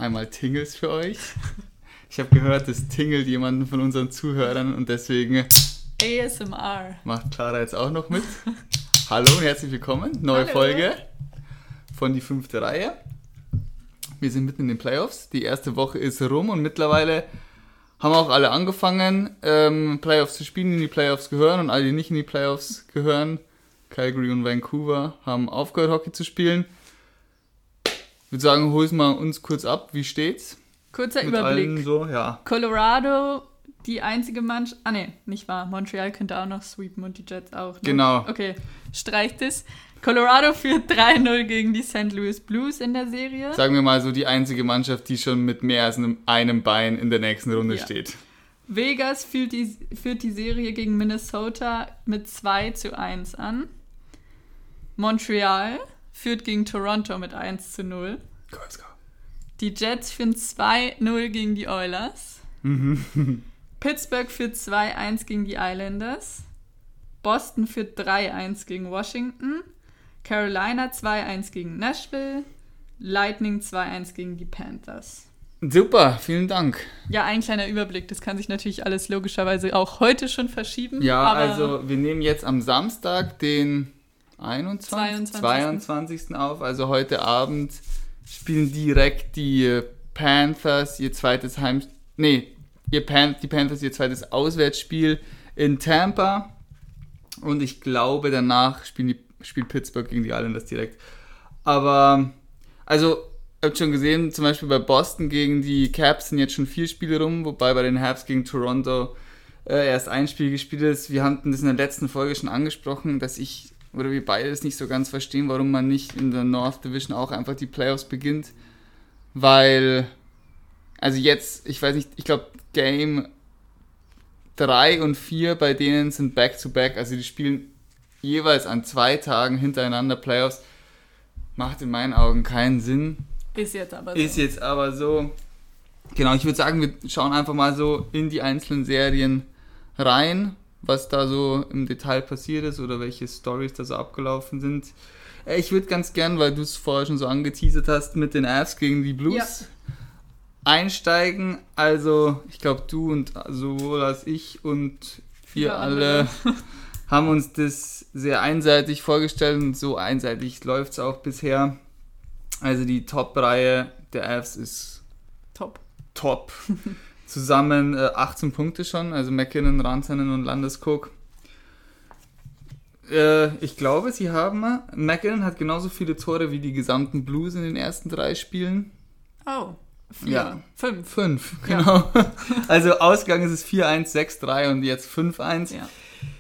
einmal Tingles für euch. Ich habe gehört, es tingelt jemanden von unseren Zuhörern und deswegen ASMR. Macht Clara jetzt auch noch mit. Hallo und herzlich willkommen. Neue Hallo. Folge von die 5. Reihe. Wir sind mitten in den Playoffs. Die erste Woche ist rum und mittlerweile haben auch alle angefangen, Playoffs zu spielen, die in die Playoffs gehören, und alle, die nicht in die Playoffs gehören, Calgary und Vancouver, haben aufgehört, Hockey zu spielen. Ich würde sagen, hol's mal uns kurz ab. Wie steht's? Kurzer Mit Überblick. allen so, ja. Colorado, die einzige Mannschaft. Ah, ne, nicht wahr. Montreal könnte auch noch sweepen und die Jets auch. Ne? Genau. Okay, streicht es. Colorado führt 3-0 gegen die St. Louis Blues in der Serie. Sagen wir mal so, die einzige Mannschaft, die schon mit mehr als einem Bein in der nächsten Runde steht. Vegas führt die Serie gegen Minnesota mit 2-1 an. Montreal führt gegen Toronto mit 1-0. Let's go. Die Jets führen 2-0 gegen die Oilers. Pittsburgh führt 2-1 gegen die Islanders. Boston führt 3-1 gegen Washington. Carolina 2-1 gegen Nashville. Lightning 2-1 gegen die Panthers. Super, vielen Dank. Ja, ein kleiner Überblick. Das kann sich natürlich alles logischerweise auch heute schon verschieben. Ja, aber also wir nehmen jetzt am Samstag, den 22. auf. Also heute Abend spielen direkt die Panthers ihr zweites die Panthers ihr zweites Auswärtsspiel in Tampa. Und ich glaube, danach spielt Pittsburgh gegen die Islanders direkt. Aber, also, ihr habt schon gesehen, zum Beispiel bei Boston gegen die Caps sind jetzt schon 4 Spiele rum, wobei bei den Habs gegen Toronto erst ein Spiel gespielt ist. Wir hatten das in der letzten Folge schon angesprochen, dass wir beide es nicht so ganz verstehen, warum man nicht in der North Division auch einfach die Playoffs beginnt. Weil, also jetzt, ich weiß nicht, ich glaube Game 3 und 4 bei denen sind Back-to-Back, also die spielen jeweils an 2 Tagen hintereinander Playoffs. Macht in meinen Augen keinen Sinn. Ist jetzt aber so. Genau, ich würde sagen, wir schauen einfach mal so in die einzelnen Serien rein, was da so im Detail passiert ist oder welche Storys da so abgelaufen sind. Ich würde ganz gern, weil du es vorher schon so angeteasert hast, mit den Avs gegen die Blues einsteigen. Also, ich glaube, du und sowohl als ich und wir alle haben uns das sehr einseitig vorgestellt und so einseitig läuft es auch bisher. Also die Top-Reihe der Avs ist top. Zusammen 18 Punkte schon, also MacKinnon, Rantanen und Landeskog. Ich glaube, MacKinnon hat genauso viele Tore wie die gesamten Blues in den ersten 3 Spielen. Oh, 4. Ja. 5, genau. Ja. Also Ausgang ist es 4-1, 6-3 und jetzt 5-1. Ja.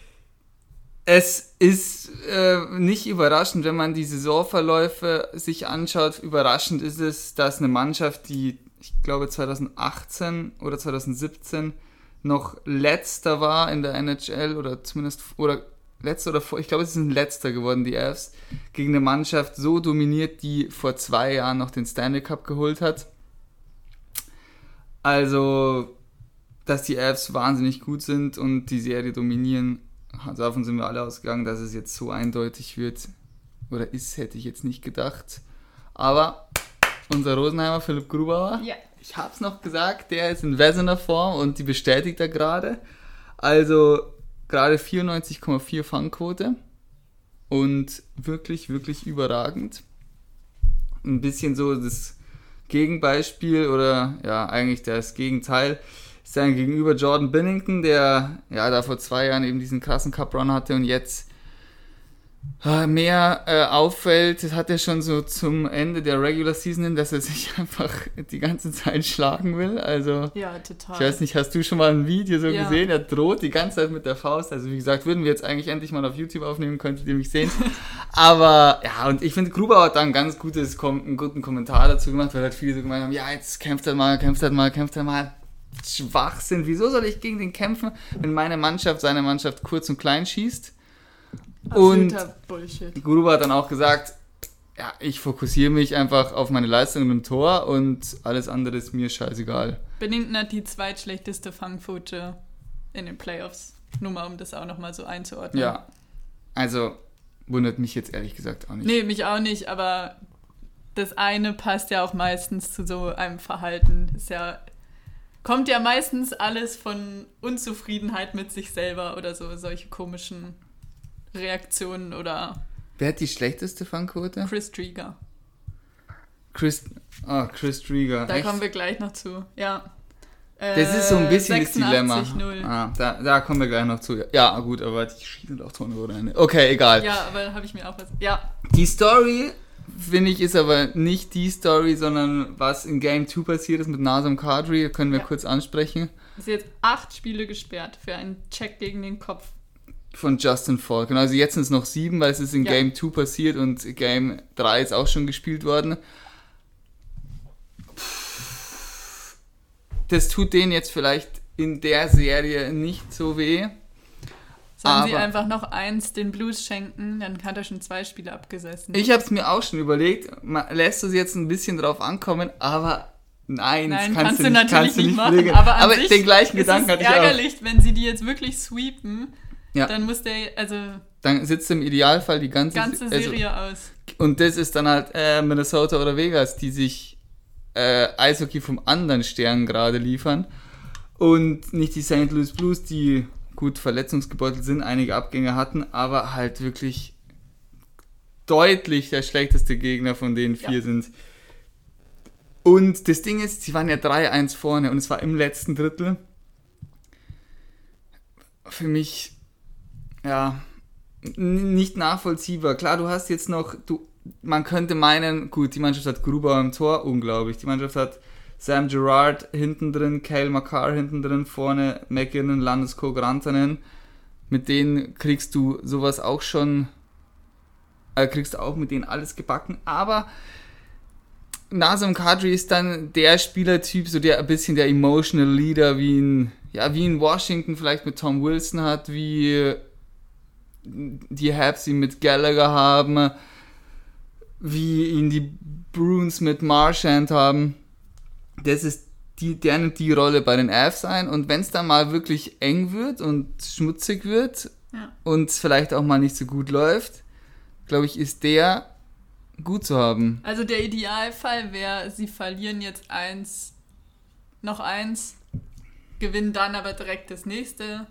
Es ist nicht überraschend, wenn man die Saisonverläufe sich anschaut. Überraschend ist es, dass eine Mannschaft, die ich glaube 2018 oder 2017 noch letzter war in der NHL ich glaube, sie sind letzter geworden, die Avs, gegen eine Mannschaft so dominiert, die vor 2 Jahren noch den Stanley Cup geholt hat. Also, dass die Avs wahnsinnig gut sind und die Serie dominieren, davon sind wir alle ausgegangen, dass es jetzt so eindeutig wird oder ist, hätte ich jetzt nicht gedacht. Aber unser Rosenheimer Philipp Grubauer, ich hab's noch gesagt, der ist in Wesener Form und die bestätigt er gerade. Also gerade 94,4 Fangquote und wirklich, wirklich überragend. Ein bisschen so das Gegenbeispiel oder ja, eigentlich das Gegenteil ist dann gegenüber Jordan Binnington, der ja da vor 2 Jahren eben diesen krassen Cup-Run hatte und jetzt mehr auffällt. Das hat er schon so zum Ende der Regular Season hin, dass er sich einfach die ganze Zeit schlagen will. Also, ja, total. Ich weiß nicht, hast du schon mal ein Video so gesehen? Er droht die ganze Zeit mit der Faust. Also wie gesagt, würden wir jetzt eigentlich endlich mal auf YouTube aufnehmen, könntet ihr mich sehen. Aber ja, und ich finde, Grubauer hat da einen guten Kommentar dazu gemacht, weil halt viele so gemeint haben, ja, jetzt kämpft er mal. Schwachsinn. Wieso soll ich gegen den kämpfen, wenn seine Mannschaft kurz und klein schießt? Absoluter Bullshit. Gruber hat dann auch gesagt, ja, ich fokussiere mich einfach auf meine Leistung im Tor und alles andere ist mir scheißegal. Binnington hat die zweitschlechteste Fangquote in den Playoffs. Nur mal, um das auch nochmal so einzuordnen. Ja, also wundert mich jetzt ehrlich gesagt auch nicht. Nee, mich auch nicht, aber das eine passt ja auch meistens zu so einem Verhalten. Kommt ja meistens alles von Unzufriedenheit mit sich selber oder so, solche komischen Reaktionen oder... Wer hat die schlechteste Fangquote? Chris Drieger. Chris Drieger. Da kommen wir gleich noch zu, ja. Das ist so ein bisschen 86, das Dilemma. 0. Da kommen wir gleich noch zu. Ja, gut, aber die schießen doch Tone oder eine. Okay, egal. Ja, aber da habe ich mir auch was... Ja. Die Story, finde ich, ist aber nicht die Story, sondern was in Game 2 passiert ist mit Nazem Kadri, können wir kurz ansprechen. Ist jetzt 8 Spiele gesperrt für einen Check gegen den Kopf. Von Justin Falcon. Also jetzt sind es noch 7, weil es ist in Game 2 passiert und Game 3 ist auch schon gespielt worden. Das tut denen jetzt vielleicht in der Serie nicht so weh. Sollen sie einfach noch den Blues schenken, dann hat er schon 2 Spiele abgesessen. Ich habe es mir auch schon überlegt, lässt du es jetzt ein bisschen drauf ankommen, aber nein, das kannst du natürlich nicht machen. Bringen. Aber an sich den gleichen Gedanken hatte ich auch. Es ist ärgerlich, wenn sie die jetzt wirklich sweepen, dann muss dann sitzt im Idealfall die ganze Serie aus. Und das ist dann halt Minnesota oder Vegas, die sich Eishockey vom anderen Stern gerade liefern und nicht die St. Louis Blues, die gut verletzungsgebeutelt sind, einige Abgänge hatten, aber halt wirklich deutlich der schlechteste Gegner von den 4 sind. Und das Ding ist, sie waren ja 3-1 vorne und es war im letzten Drittel. Für mich, nicht nachvollziehbar. Klar, du hast jetzt noch, man könnte meinen, gut, die Mannschaft hat Gruber im Tor, unglaublich. Die Mannschaft hat Sam Girard hinten drin, Cale Makar hinten drin, vorne McKinnon, Landeskog, Rantanen. Mit denen kriegst du sowas auch schon, kriegst du auch mit denen alles gebacken. Aber Nazem Kadri ist dann der Spielertyp, so der ein bisschen der Emotional Leader, wie in Washington vielleicht mit Tom Wilson hat, wie die Habs ihn mit Gallagher haben, wie ihn die Bruins mit Marchand haben. Der nimmt die Rolle bei den Avs ein und wenn es dann mal wirklich eng wird und schmutzig wird und es vielleicht auch mal nicht so gut läuft, glaube ich, ist der gut zu haben. Also der Idealfall wäre, sie verlieren jetzt noch eins, gewinnen dann aber direkt das nächste.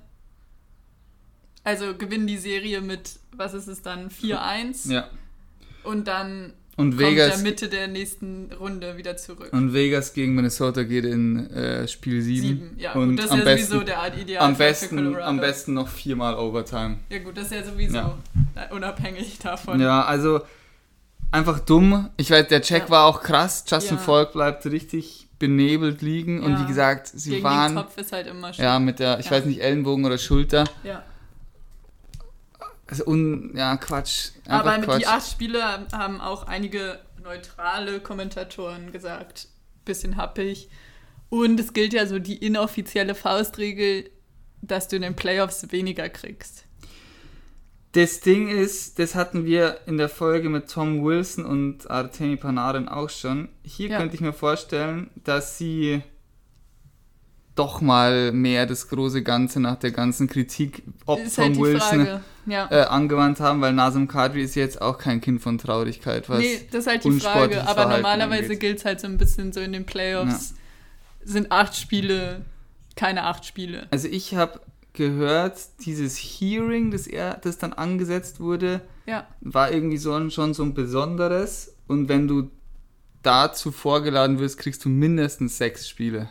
Also gewinnen die Serie mit, was ist es dann, 4-1? Ja. Und dann kommt der Mitte der nächsten Runde wieder zurück. Und Vegas gegen Minnesota geht in Spiel 7. Ja, und gut, das ist ja sowieso der Idealfall für Colorado. Am besten noch 4-mal Overtime. Ja gut, das ist ja sowieso unabhängig davon. Ja, also einfach dumm. Ich weiß, der Check war auch krass. Justin Falk bleibt richtig benebelt liegen. Und wie gesagt, sie gegen waren... den Kopf ist halt immer schön. Ja, mit der, ich weiß nicht, Ellenbogen oder Schulter. Ja. Also, Quatsch. Aber Quatsch. Die 8 Spiele haben auch einige neutrale Kommentatoren gesagt. Bisschen happig. Und es gilt ja so die inoffizielle Faustregel, dass du in den Playoffs weniger kriegst. Das Ding ist, das hatten wir in der Folge mit Tom Wilson und Artemi Panarin auch schon. Hier könnte ich mir vorstellen, dass sie doch mal mehr das große Ganze nach der ganzen Kritik ob Tom Wilson angewandt haben, weil Nazem Kadri ist jetzt auch kein Kind von Traurigkeit. Was das ist halt die Frage, aber normalerweise gilt es halt so ein bisschen so in den Playoffs, sind 8 Spiele, keine 8 Spiele. Also ich habe gehört, dieses Hearing, das dann angesetzt wurde, war irgendwie schon so ein besonderes und wenn du dazu vorgeladen wirst, kriegst du mindestens 6 Spiele.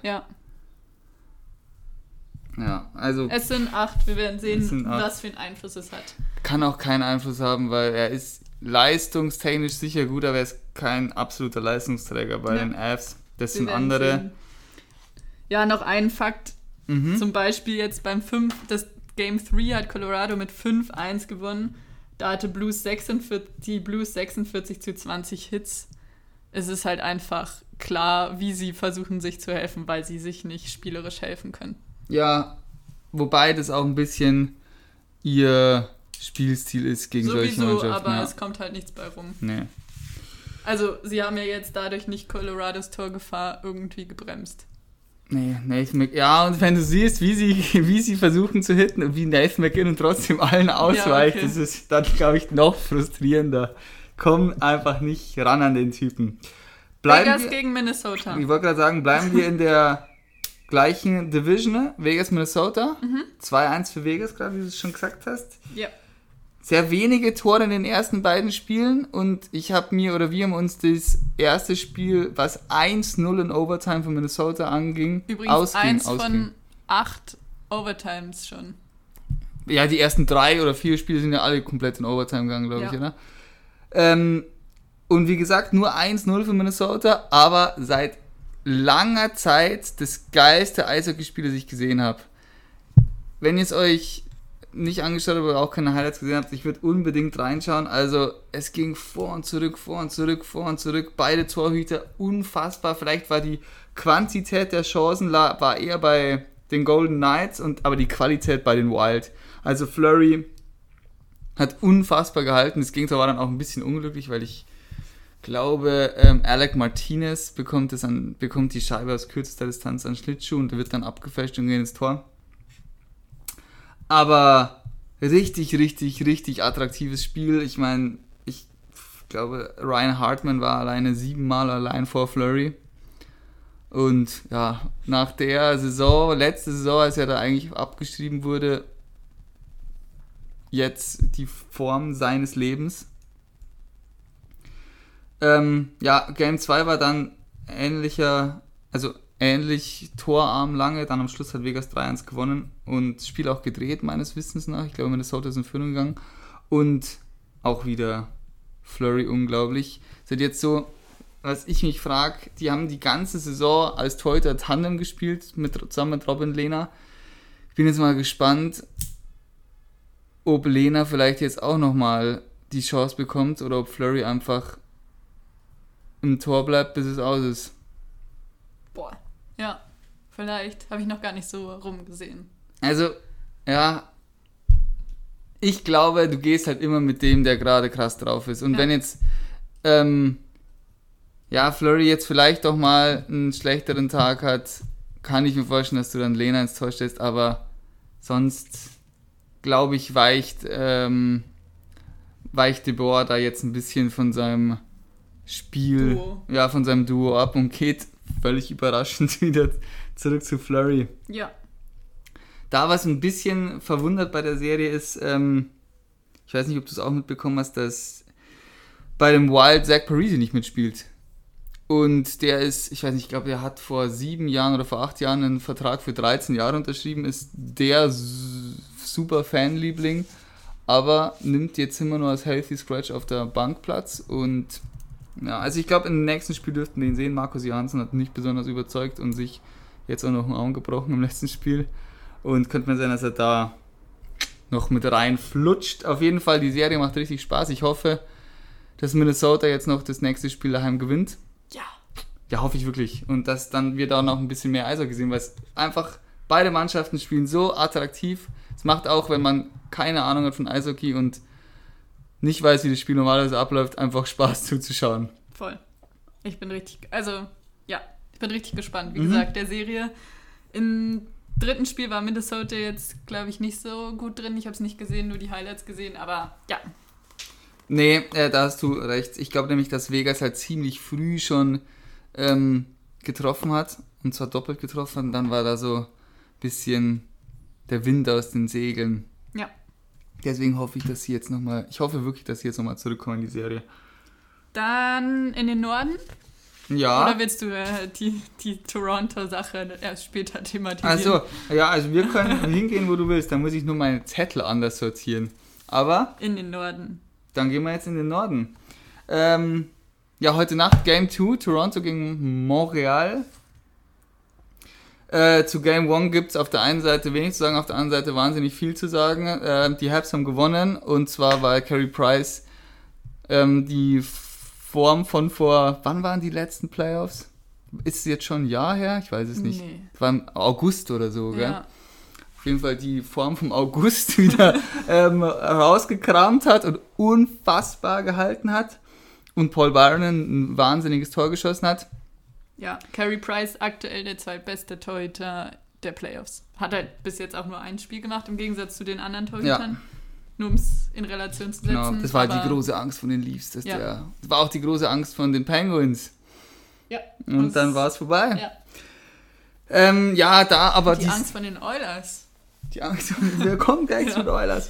Ja, also... Es sind 8, wir werden sehen, was für einen Einfluss es hat. Kann auch keinen Einfluss haben, weil er ist leistungstechnisch sicher gut, aber er ist kein absoluter Leistungsträger bei den Avs. Das sind andere. Sehen. Ja, noch ein Fakt. Zum Beispiel jetzt das Game 3 hat Colorado mit 5-1 gewonnen. Da hatte die Blues 46-20 Hits. Es ist halt einfach klar, wie sie versuchen, sich zu helfen, weil sie sich nicht spielerisch helfen können. Ja, wobei das auch ein bisschen ihr Spielstil ist gegen solche Mannschaften. Aber es kommt halt nichts bei rum. Nee. Also, sie haben ja jetzt dadurch nicht Colorados Torgefahr irgendwie gebremst. Nee, Nathan McKinnon. Ja, und wenn du siehst, wie sie versuchen zu hitten und wie Nathan McKinnon trotzdem allen ausweicht, das ist dann, glaube ich, noch frustrierender. komme einfach nicht ran an den Typen. Vegas gegen Minnesota. Ich wollte gerade sagen, bleiben wir in der gleichen Division, Vegas, Minnesota. 2-1 für Vegas, gerade wie du es schon gesagt hast. Ja. Sehr wenige Tore in den ersten beiden Spielen und wir haben uns das erste Spiel, was 1-0 in Overtime von Minnesota anging, übrigens eins von 8 Overtimes schon. Ja, die ersten 3 oder 4 Spiele sind ja alle komplett in Overtime gegangen, glaube ich, oder? Und wie gesagt, nur 1-0 für Minnesota, aber seit langer Zeit das geilste Eishockeyspiel, das ich gesehen habe. Wenn ihr es euch nicht angeschaut habt oder auch keine Highlights gesehen habt, ich würde unbedingt reinschauen. Also es ging vor und zurück. Beide Torhüter unfassbar. Vielleicht war die Quantität der Chancen war eher bei den Golden Knights, aber die Qualität bei den Wild. Also Fleury hat unfassbar gehalten. Das Gegentor war dann auch ein bisschen unglücklich, weil ich glaube, Alec Martinez bekommt die Scheibe aus kürzester Distanz an Schlittschuh und wird dann abgefälscht und geht ins Tor. Aber richtig attraktives Spiel. Ich meine, ich glaube, Ryan Hartman war alleine 7 Mal allein vor Fleury. Und ja, nach der letzte Saison, als er da eigentlich abgeschrieben wurde, jetzt die Form seines Lebens. Game 2 war dann ähnlich torarm lange, dann am Schluss hat Vegas 3-1 gewonnen und das Spiel auch gedreht, meines Wissens nach. Ich glaube, Minnesota ist in Führung gegangen und auch wieder Fleury unglaublich. Das ist jetzt so, was ich mich frage, die haben die ganze Saison als Torhüter Tandem gespielt, zusammen mit Robin Lehner. Ich bin jetzt mal gespannt, ob Lehner vielleicht jetzt auch nochmal die Chance bekommt oder ob Fleury einfach im Tor bleibt, bis es aus ist. Boah, ja, vielleicht. Habe ich noch gar nicht so rumgesehen. Also, ja, ich glaube, du gehst halt immer mit dem, der gerade krass drauf ist. Und wenn jetzt, Fleury jetzt vielleicht doch mal einen schlechteren Tag hat, kann ich mir vorstellen, dass du dann Lehner ins Tor stellst, aber sonst, glaube ich, weicht De Boer da jetzt ein bisschen von seinem Spiel, von seinem Duo ab und geht völlig überraschend wieder zurück zu Fleury. Ja. Da, was ein bisschen verwundert bei der Serie ist, ich weiß nicht, ob du es auch mitbekommen hast, dass bei dem Wild Zach Parise nicht mitspielt. Und der ist, ich weiß nicht, ich glaube, der hat vor 7 Jahren oder vor 8 Jahren einen Vertrag für 13 Jahre unterschrieben, ist der super Fanliebling, aber nimmt jetzt immer nur als Healthy Scratch auf der Bank Platz und ja, also ich glaube, im nächsten Spiel dürften wir ihn sehen. Markus Johansson hat nicht besonders überzeugt und sich jetzt auch noch einen Arm gebrochen im letzten Spiel. Und könnte man sein, dass er da noch mit rein flutscht. Auf jeden Fall, die Serie macht richtig Spaß. Ich hoffe, dass Minnesota jetzt noch das nächste Spiel daheim gewinnt. Ja. Ja, hoffe ich wirklich. Und dass dann wir da noch ein bisschen mehr Eishockey sehen, weil es einfach, beide Mannschaften spielen so attraktiv. Es macht auch, wenn man keine Ahnung hat von Eishockey und nicht weiß, wie das Spiel normalerweise abläuft, einfach Spaß zuzuschauen. Voll. Ich bin richtig gespannt. Wie gesagt, der Serie. Im 3. Spiel war Minnesota jetzt, glaube ich, nicht so gut drin. Ich habe es nicht gesehen, nur die Highlights gesehen, aber ja. Nee, da hast du recht. Ich glaube nämlich, dass Vegas halt ziemlich früh schon getroffen hat. Und zwar doppelt getroffen. Und dann war da so ein bisschen der Wind aus den Segeln. Ja. Deswegen hoffe ich, dass sie jetzt nochmal, zurückkommen in die Serie. Dann in den Norden? Ja. Oder willst du die Toronto-Sache erst später thematisieren? Also wir können hingehen, wo du willst. Dann muss ich nur meine Zettel anders sortieren. Aber in den Norden. Dann gehen wir jetzt in den Norden. Heute Nacht Game 2, Toronto gegen Montreal. Zu Game 1 gibt es auf der einen Seite wenig zu sagen, auf der anderen Seite wahnsinnig viel zu sagen. Die Habs haben gewonnen und zwar, weil Carey Price die Form von wann waren die letzten Playoffs? Ist es jetzt schon ein Jahr her? Ich weiß es nicht. Nee. Es war im August oder so, gell? Ja. Auf jeden Fall die Form vom August wieder rausgekramt hat und unfassbar gehalten hat. Und Paul Byron ein wahnsinniges Tor geschossen hat. Ja, Carey Price aktuell der zweitbeste Torhüter der Playoffs. Hat halt bis jetzt auch nur ein Spiel gemacht, im Gegensatz zu den anderen Torhütern. nur um es in Relation zu setzen. Genau, das war die große Angst von den Leafs. Das war auch die große Angst von den Penguins. Ja. Und dann war es vorbei. Ja. Aber die Angst von den Oilers. Die Angst, wer kommt gleich zu den Oilers?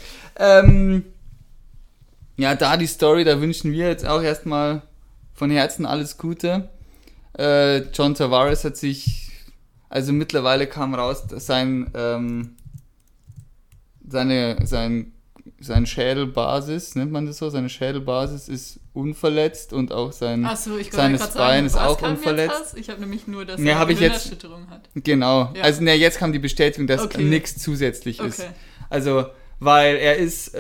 Die Story, da wünschen wir jetzt auch erstmal von Herzen alles Gute. John Tavares hat sich, also mittlerweile kam raus, dass seine Schädelbasis, nennt man das so, seine Schädelbasis ist unverletzt und auch seines Bein ist auch unverletzt. Ich habe nämlich nur, dass er eine Gehirnerschütterung hat. Genau, ja. Also jetzt kam die Bestätigung, dass nichts zusätzlich ist. Also, weil er ist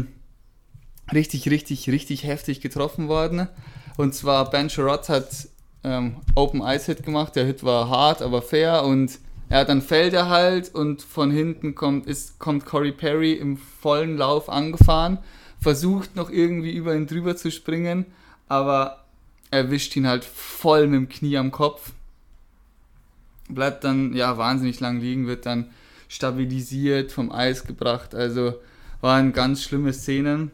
richtig heftig getroffen worden. Und zwar Ben Sherratt hat Open Ice Hit gemacht, der Hit war hart, aber fair und dann fällt er halt und von hinten kommt Corey Perry im vollen Lauf angefahren, versucht noch irgendwie über ihn drüber zu springen, aber erwischt ihn halt voll mit dem Knie am Kopf. Bleibt dann wahnsinnig lang liegen, wird dann stabilisiert, vom Eis gebracht, also waren ganz schlimme Szenen.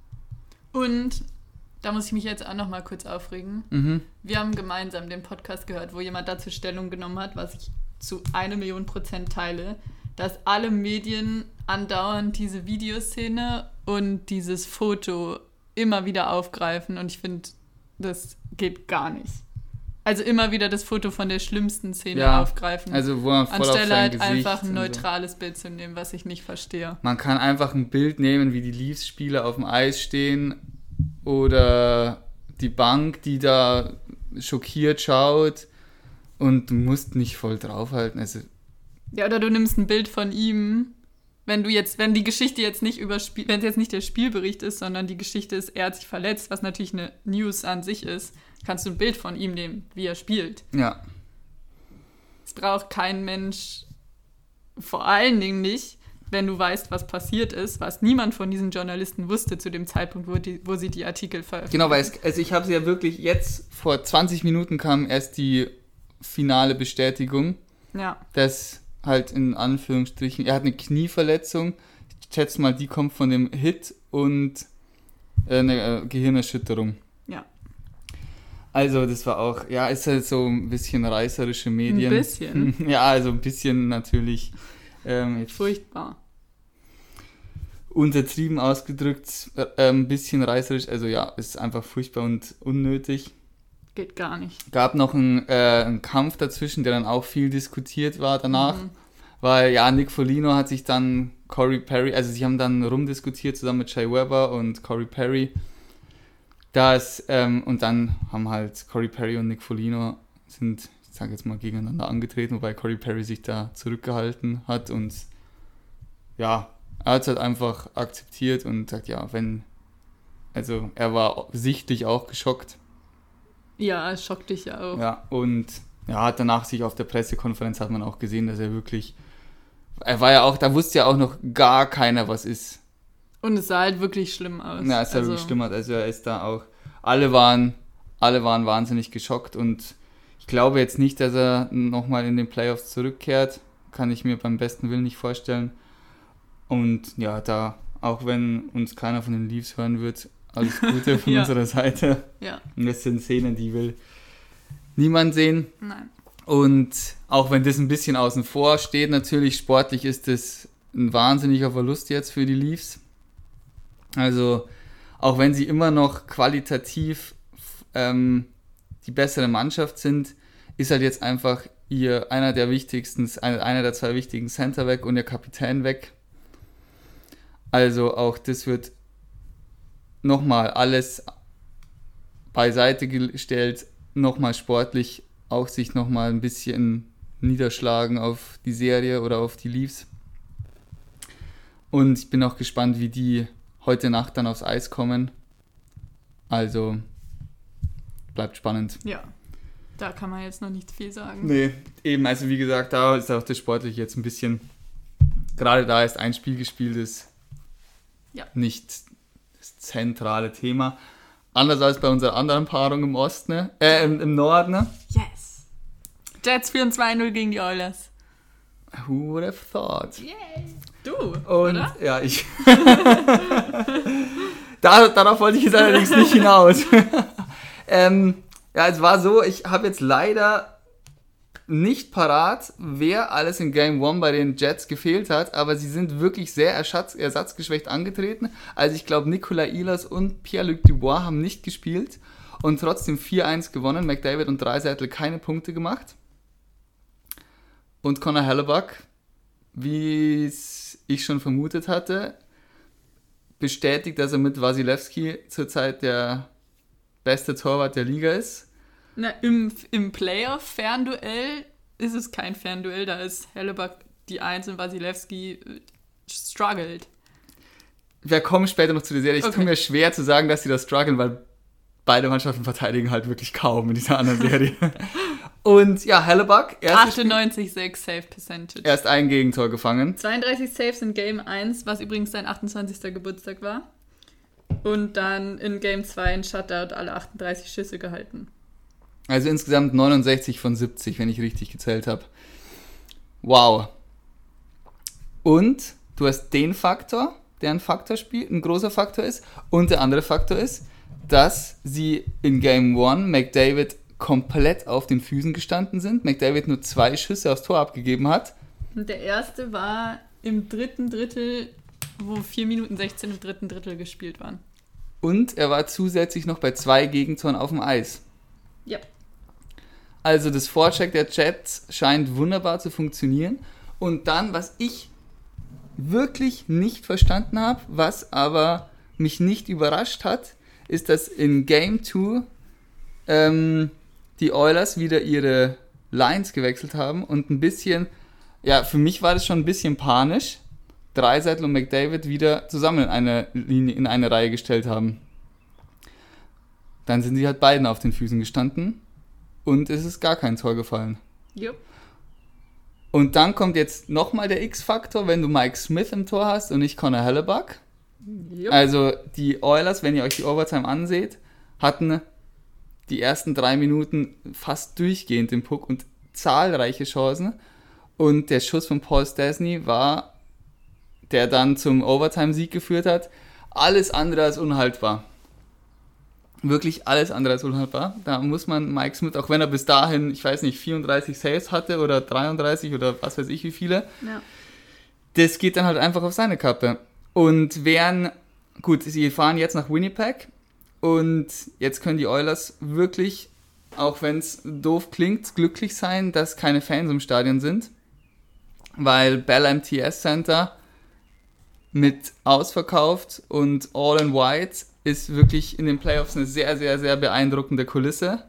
Und da muss ich mich jetzt auch noch mal kurz aufregen. Wir haben gemeinsam den Podcast gehört, wo jemand dazu Stellung genommen hat, was ich zu 1.000.000% teile, dass alle Medien andauernd diese Videoszene und dieses Foto immer wieder aufgreifen und ich finde, das geht gar nicht. Also immer wieder das Foto von der schlimmsten Szene aufgreifen, also wo man voll anstelle auf halt Gesicht einfach ein neutrales Bild zu nehmen, was ich nicht verstehe. Man kann einfach ein Bild nehmen, wie die Leafs-Spieler auf dem Eis stehen oder die Bank, die da schockiert schaut. Und du musst nicht voll draufhalten. Also ja, oder du nimmst ein Bild von ihm, wenn die Geschichte jetzt nicht wenn es jetzt nicht der Spielbericht ist, sondern die Geschichte ist, er hat sich verletzt, was natürlich eine News an sich ist, kannst du ein Bild von ihm nehmen, wie er spielt. Ja. Es braucht kein Mensch, vor allen Dingen nicht, wenn du weißt, was passiert ist, was niemand von diesen Journalisten wusste zu dem Zeitpunkt, wo sie die Artikel veröffentlichen. Genau, weil ich habe sie ja wirklich jetzt, vor 20 Minuten kam erst die finale Bestätigung, dass halt in Anführungsstrichen, er hat eine Knieverletzung, ich schätze mal, die kommt von dem Hit und eine Gehirnerschütterung. Ja. Also das war auch, ist halt so ein bisschen reißerische Medien. Ein bisschen? Ja, also ein bisschen natürlich. Furchtbar. Untertrieben ausgedrückt, ein bisschen reißerisch, also ist einfach furchtbar und unnötig. Geht gar nicht. Gab noch einen Kampf dazwischen, der dann auch viel diskutiert war danach, weil Nick Foligno hat sich dann Corey Perry, also sie haben dann rumdiskutiert zusammen mit Shea Weber und Corey Perry, und dann haben halt Corey Perry und Nick Foligno sind, ich sage jetzt mal, gegeneinander angetreten, wobei Corey Perry sich da zurückgehalten hat und er hat es halt einfach akzeptiert und sagt, also er war sichtlich auch geschockt. Ja, es schockt dich ja auch. Ja, und hat danach sich auf der Pressekonferenz hat man auch gesehen, dass er war ja auch, da wusste ja auch noch gar keiner, was ist. Und es sah halt wirklich schlimm aus. Ja, es sah wirklich schlimm aus. Also er ist da auch, alle waren wahnsinnig geschockt und ich glaube jetzt nicht, dass er nochmal in den Playoffs zurückkehrt. Kann ich mir beim besten Willen nicht vorstellen. Und da, auch wenn uns keiner von den Leafs hören wird, alles Gute von unserer Seite. Ja. Und das sind Szenen, die will niemand sehen. Nein. Und auch wenn das ein bisschen außen vor steht, natürlich sportlich ist das ein wahnsinniger Verlust jetzt für die Leafs. Also auch wenn sie immer noch qualitativ die bessere Mannschaft sind, ist halt jetzt einfach einer der zwei wichtigen Center weg und ihr Kapitän weg. Also auch das wird nochmal alles beiseite gestellt, nochmal sportlich auch sich nochmal ein bisschen niederschlagen auf die Serie oder auf die Leafs. Und ich bin auch gespannt, wie die heute Nacht dann aufs Eis kommen. Also bleibt spannend. Ja, da kann man jetzt noch nicht viel sagen. Nee, eben, also wie gesagt, da ist auch das Sportliche jetzt ein bisschen, gerade da ist ein Spiel gespielt, ist nicht das zentrale Thema. Anders als bei unserer anderen Paarung im Osten, im Norden. Yes. Jets führen 2-0 gegen die Oilers. Who would have thought? Yay. Du, Und oder? ja, ich. Darauf wollte ich jetzt allerdings nicht hinaus. Ja, es war so, ich habe jetzt leider nicht parat, wer alles in Game 1 bei den Jets gefehlt hat, aber sie sind wirklich sehr ersatzgeschwächt angetreten. Also ich glaube, Nicolas Ehlers und Pierre-Luc Dubois haben nicht gespielt und trotzdem 4-1 gewonnen. McDavid und Draisaitl keine Punkte gemacht. Und Connor Hellebuyck, wie ich schon vermutet hatte, bestätigt, dass er mit Wasilewski zurzeit der beste Torwart der Liga ist. Na, im Playoff-Fernduell ist es kein Fernduell, da ist Hellebuyck die 1 und Wasilewski struggelt. Wir kommen später noch zu der Serie. Ich tue mir schwer zu sagen, dass sie da strugglen, weil beide Mannschaften verteidigen halt wirklich kaum in dieser anderen Serie. Und ja, Hellebuyck, 98,6 Save Percentage. Erst ein Gegentor gefangen. 32 Saves in Game 1, was übrigens sein 28. Geburtstag war. Und dann in Game 2 ein Shutout, alle 38 Schüsse gehalten. Also insgesamt 69 von 70, wenn ich richtig gezählt habe. Wow. Und du hast den Faktor, der ein großer Faktor ist. Und der andere Faktor ist, dass sie in Game 1 McDavid komplett auf den Füßen gestanden sind. McDavid nur 2 Schüsse aufs Tor abgegeben hat. Und der erste war im dritten Drittel, wo 4 Minuten 16 im dritten Drittel gespielt waren. Und er war zusätzlich noch bei 2 Gegentoren auf dem Eis. Ja. Also das Vorcheck der Jets scheint wunderbar zu funktionieren. Und dann, was ich wirklich nicht verstanden habe, was aber mich nicht überrascht hat, ist, dass in Game 2 die Oilers wieder ihre Lines gewechselt haben und ein bisschen, ja, für mich war das schon ein bisschen panisch, Draisaitl und McDavid wieder zusammen in eine Reihe gestellt haben. Dann sind sie halt beiden auf den Füßen gestanden und es ist gar kein Tor gefallen. Yep. Und dann kommt jetzt nochmal der X-Faktor, wenn du Mike Smith im Tor hast und nicht Connor Hellebuyck. Yep. Also die Oilers, wenn ihr euch die Overtime anseht, hatten die ersten 3 Minuten fast durchgehend den Puck und zahlreiche Chancen. Und der Schuss von Paul Stastny war, der dann zum Overtime-Sieg geführt hat, alles andere als unhaltbar. Wirklich alles andere als unhaltbar. Da muss man Mike Smith, auch wenn er bis dahin, ich weiß nicht, 34 Saves hatte oder 33 oder was weiß ich wie viele, Ja. das geht dann halt einfach auf seine Kappe. Und gut, sie fahren jetzt nach Winnipeg und jetzt können die Oilers wirklich, auch wenn es doof klingt, glücklich sein, dass keine Fans im Stadion sind, weil Bell MTS Center mit ausverkauft und All in White ist wirklich in den Playoffs eine sehr, sehr, sehr beeindruckende Kulisse.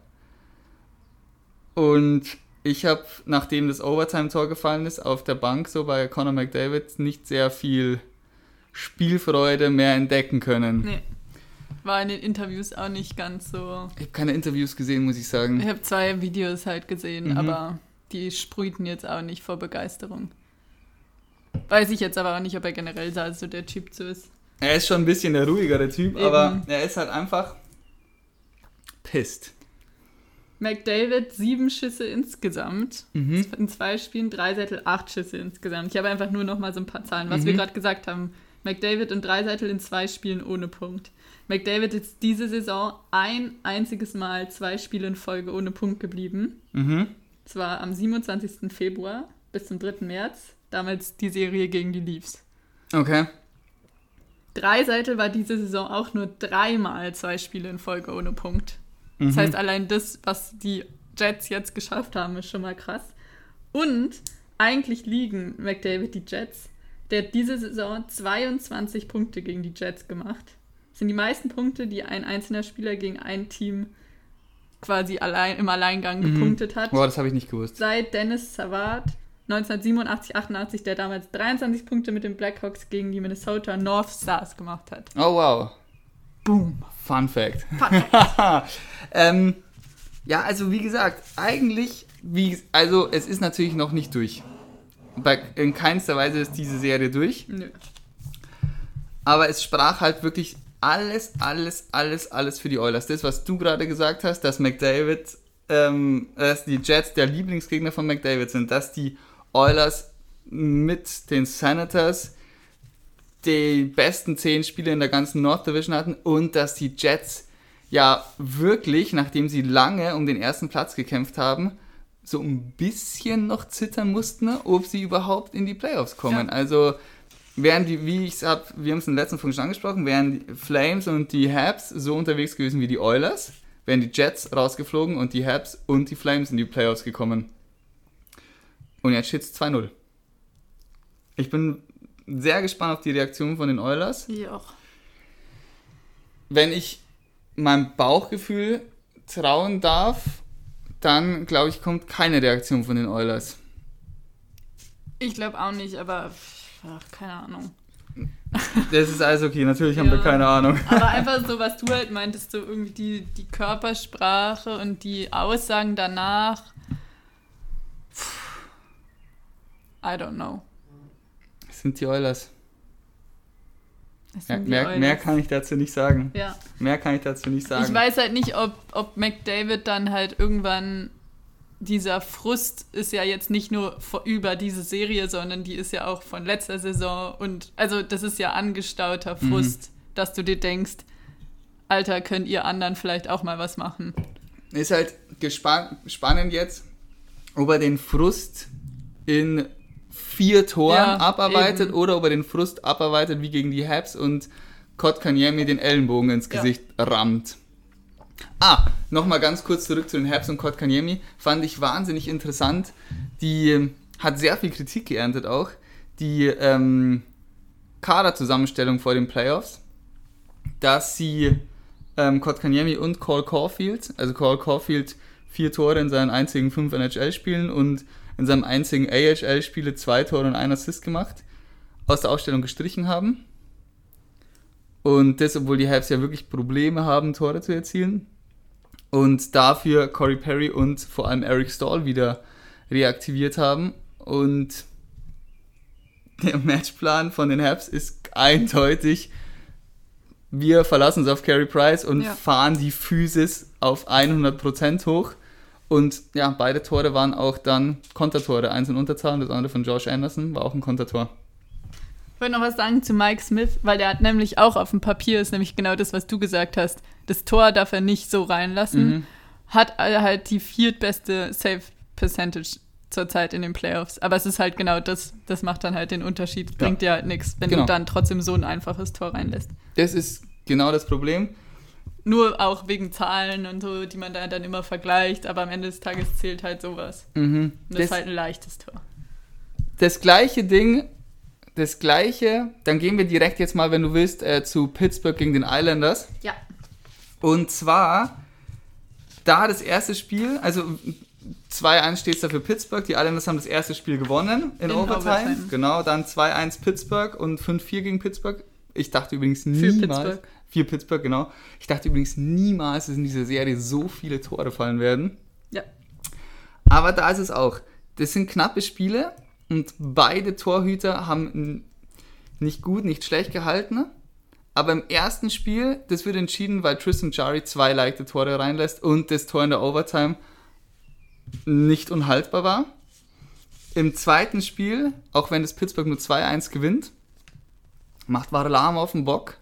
Und ich habe, nachdem das Overtime-Tor gefallen ist, auf der Bank so bei Connor McDavid nicht sehr viel Spielfreude mehr entdecken können. Nee. War in den Interviews auch nicht ganz so. Ich habe keine Interviews gesehen, muss ich sagen. Ich habe 2 Videos halt gesehen, aber die sprühten jetzt auch nicht vor Begeisterung. Weiß ich jetzt aber auch nicht, ob er generell so der Typ so ist. Er ist schon ein bisschen der ruhigere Typ, Eben. aber er ist halt einfach pissed. McDavid 7 Schüsse insgesamt in 2 Spielen, Draisaitl 8 Schüsse insgesamt. Ich habe einfach nur noch mal so ein paar Zahlen, was wir gerade gesagt haben. McDavid und Draisaitl in 2 Spielen ohne Punkt. McDavid ist diese Saison ein einziges Mal 2 Spiele in Folge ohne Punkt geblieben. Das war am 27. Februar bis zum 3. März. Damals die Serie gegen die Leafs. Okay. Draisaitl war diese Saison auch nur 3 Mal 2 Spiele in Folge ohne Punkt. Das heißt, allein das, was die Jets jetzt geschafft haben, ist schon mal krass. Und eigentlich liegen McDavid die Jets. Der hat diese Saison 22 Punkte gegen die Jets gemacht. Das sind die meisten Punkte, die ein einzelner Spieler gegen ein Team quasi im Alleingang gepunktet hat. Boah, das habe ich nicht gewusst. Seit Dennis Savard 1987, 88, der damals 23 Punkte mit den Blackhawks gegen die Minnesota North Stars gemacht hat. Oh, wow. Boom. Fun Fact. Fun Fact. Ja, also wie gesagt, eigentlich, es ist natürlich noch nicht durch. In keinster Weise ist diese Serie durch. Nö. Aber es sprach halt wirklich alles für die Oilers. Das, was du gerade gesagt hast, dass dass die Jets der Lieblingsgegner von McDavid sind, dass die Oilers mit den Senators die besten 10 Spiele in der ganzen North Division hatten und dass die Jets ja wirklich, nachdem sie lange um den ersten Platz gekämpft haben, so ein bisschen noch zittern mussten, ob sie überhaupt in die Playoffs kommen. Ja. Also wären die, wir haben es in der letzten Folge schon angesprochen, wären die Flames und die Habs so unterwegs gewesen wie die Oilers, wären die Jets rausgeflogen und die Habs und die Flames in die Playoffs gekommen. Und jetzt steht es 2-0. Ich bin sehr gespannt auf die Reaktion von den Oilers. Ich auch. Wenn ich meinem Bauchgefühl trauen darf, dann, glaube ich, kommt keine Reaktion von den Oilers. Ich glaube auch nicht, aber keine Ahnung. Das ist alles okay, natürlich haben wir keine Ahnung. Aber einfach so, was du halt meintest, so irgendwie die Körpersprache und die Aussagen danach. I don't know. Es sind die Oilers. Es sind die Mehr Oilers. kann ich dazu nicht sagen. Ja. Mehr kann ich dazu nicht sagen. Ich weiß halt nicht, ob McDavid dann halt irgendwann, dieser Frust ist ja jetzt nicht nur über diese Serie, sondern die ist ja auch von letzter Saison und also das ist ja angestauter Frust, dass du dir denkst, Alter, könnt ihr anderen vielleicht auch mal was machen. Ist halt spannend jetzt, ob er den Frust in 4 Toren abarbeitet eben. oder ob er den Frust abarbeitet wie gegen die Habs und Kotkaniemi den Ellenbogen ins Gesicht rammt. Nochmal ganz kurz zurück zu den Habs und Kotkaniemi. Fand ich wahnsinnig interessant. Die hat sehr viel Kritik geerntet auch. Die Kaderzusammenstellung vor den Playoffs, dass sie Kotkaniemi und Cole Caulfield, also Cole Caulfield 4 Tore in seinen einzigen 5 NHL-Spielen und in seinem einzigen AHL-Spiele 2 Tore und 1 Assist gemacht, aus der Aufstellung gestrichen haben. Und das, obwohl die Habs ja wirklich Probleme haben, Tore zu erzielen. Und dafür Corey Perry und vor allem Eric Staal wieder reaktiviert haben. Und der Matchplan von den Habs ist eindeutig, wir verlassen uns auf Carey Price und fahren die Physis auf 100% hoch. Und ja, beide Tore waren auch dann Kontertore. Eins in Unterzahl und das andere von Josh Anderson war auch ein Kontertor. Ich wollte noch was sagen zu Mike Smith, weil der hat nämlich auch auf dem Papier, ist nämlich genau das, was du gesagt hast. Das Tor darf er nicht so reinlassen. Hat halt die 4. beste Save-Percentage zurzeit in den Playoffs. Aber es ist halt genau das macht dann halt den Unterschied. Bringt dir halt nichts, wenn du dann trotzdem so ein einfaches Tor reinlässt. Das ist genau das Problem. Nur auch wegen Zahlen und so, die man da dann immer vergleicht. Aber am Ende des Tages zählt halt sowas. Und das ist halt ein leichtes Tor. Das gleiche, dann gehen wir direkt jetzt mal, wenn du willst, zu Pittsburgh gegen den Islanders. Ja. Und zwar, da das erste Spiel, also 2-1 steht es da für Pittsburgh, die Islanders haben das erste Spiel gewonnen in Overtime. Genau, dann 2-1 Pittsburgh und 5-4 gegen Pittsburgh. Ich dachte übrigens niemals, für Pittsburgh, genau. Ich dachte übrigens niemals, dass in dieser Serie so viele Tore fallen werden. Ja. Aber da ist es auch. Das sind knappe Spiele und beide Torhüter haben nicht gut, nicht schlecht gehalten. Aber im ersten Spiel, das wird entschieden, weil Tristan Jarry 2 leichte Tore reinlässt und das Tor in der Overtime nicht unhaltbar war. Im zweiten Spiel, auch wenn das Pittsburgh nur 2-1 gewinnt, macht Varlamov einen Bock.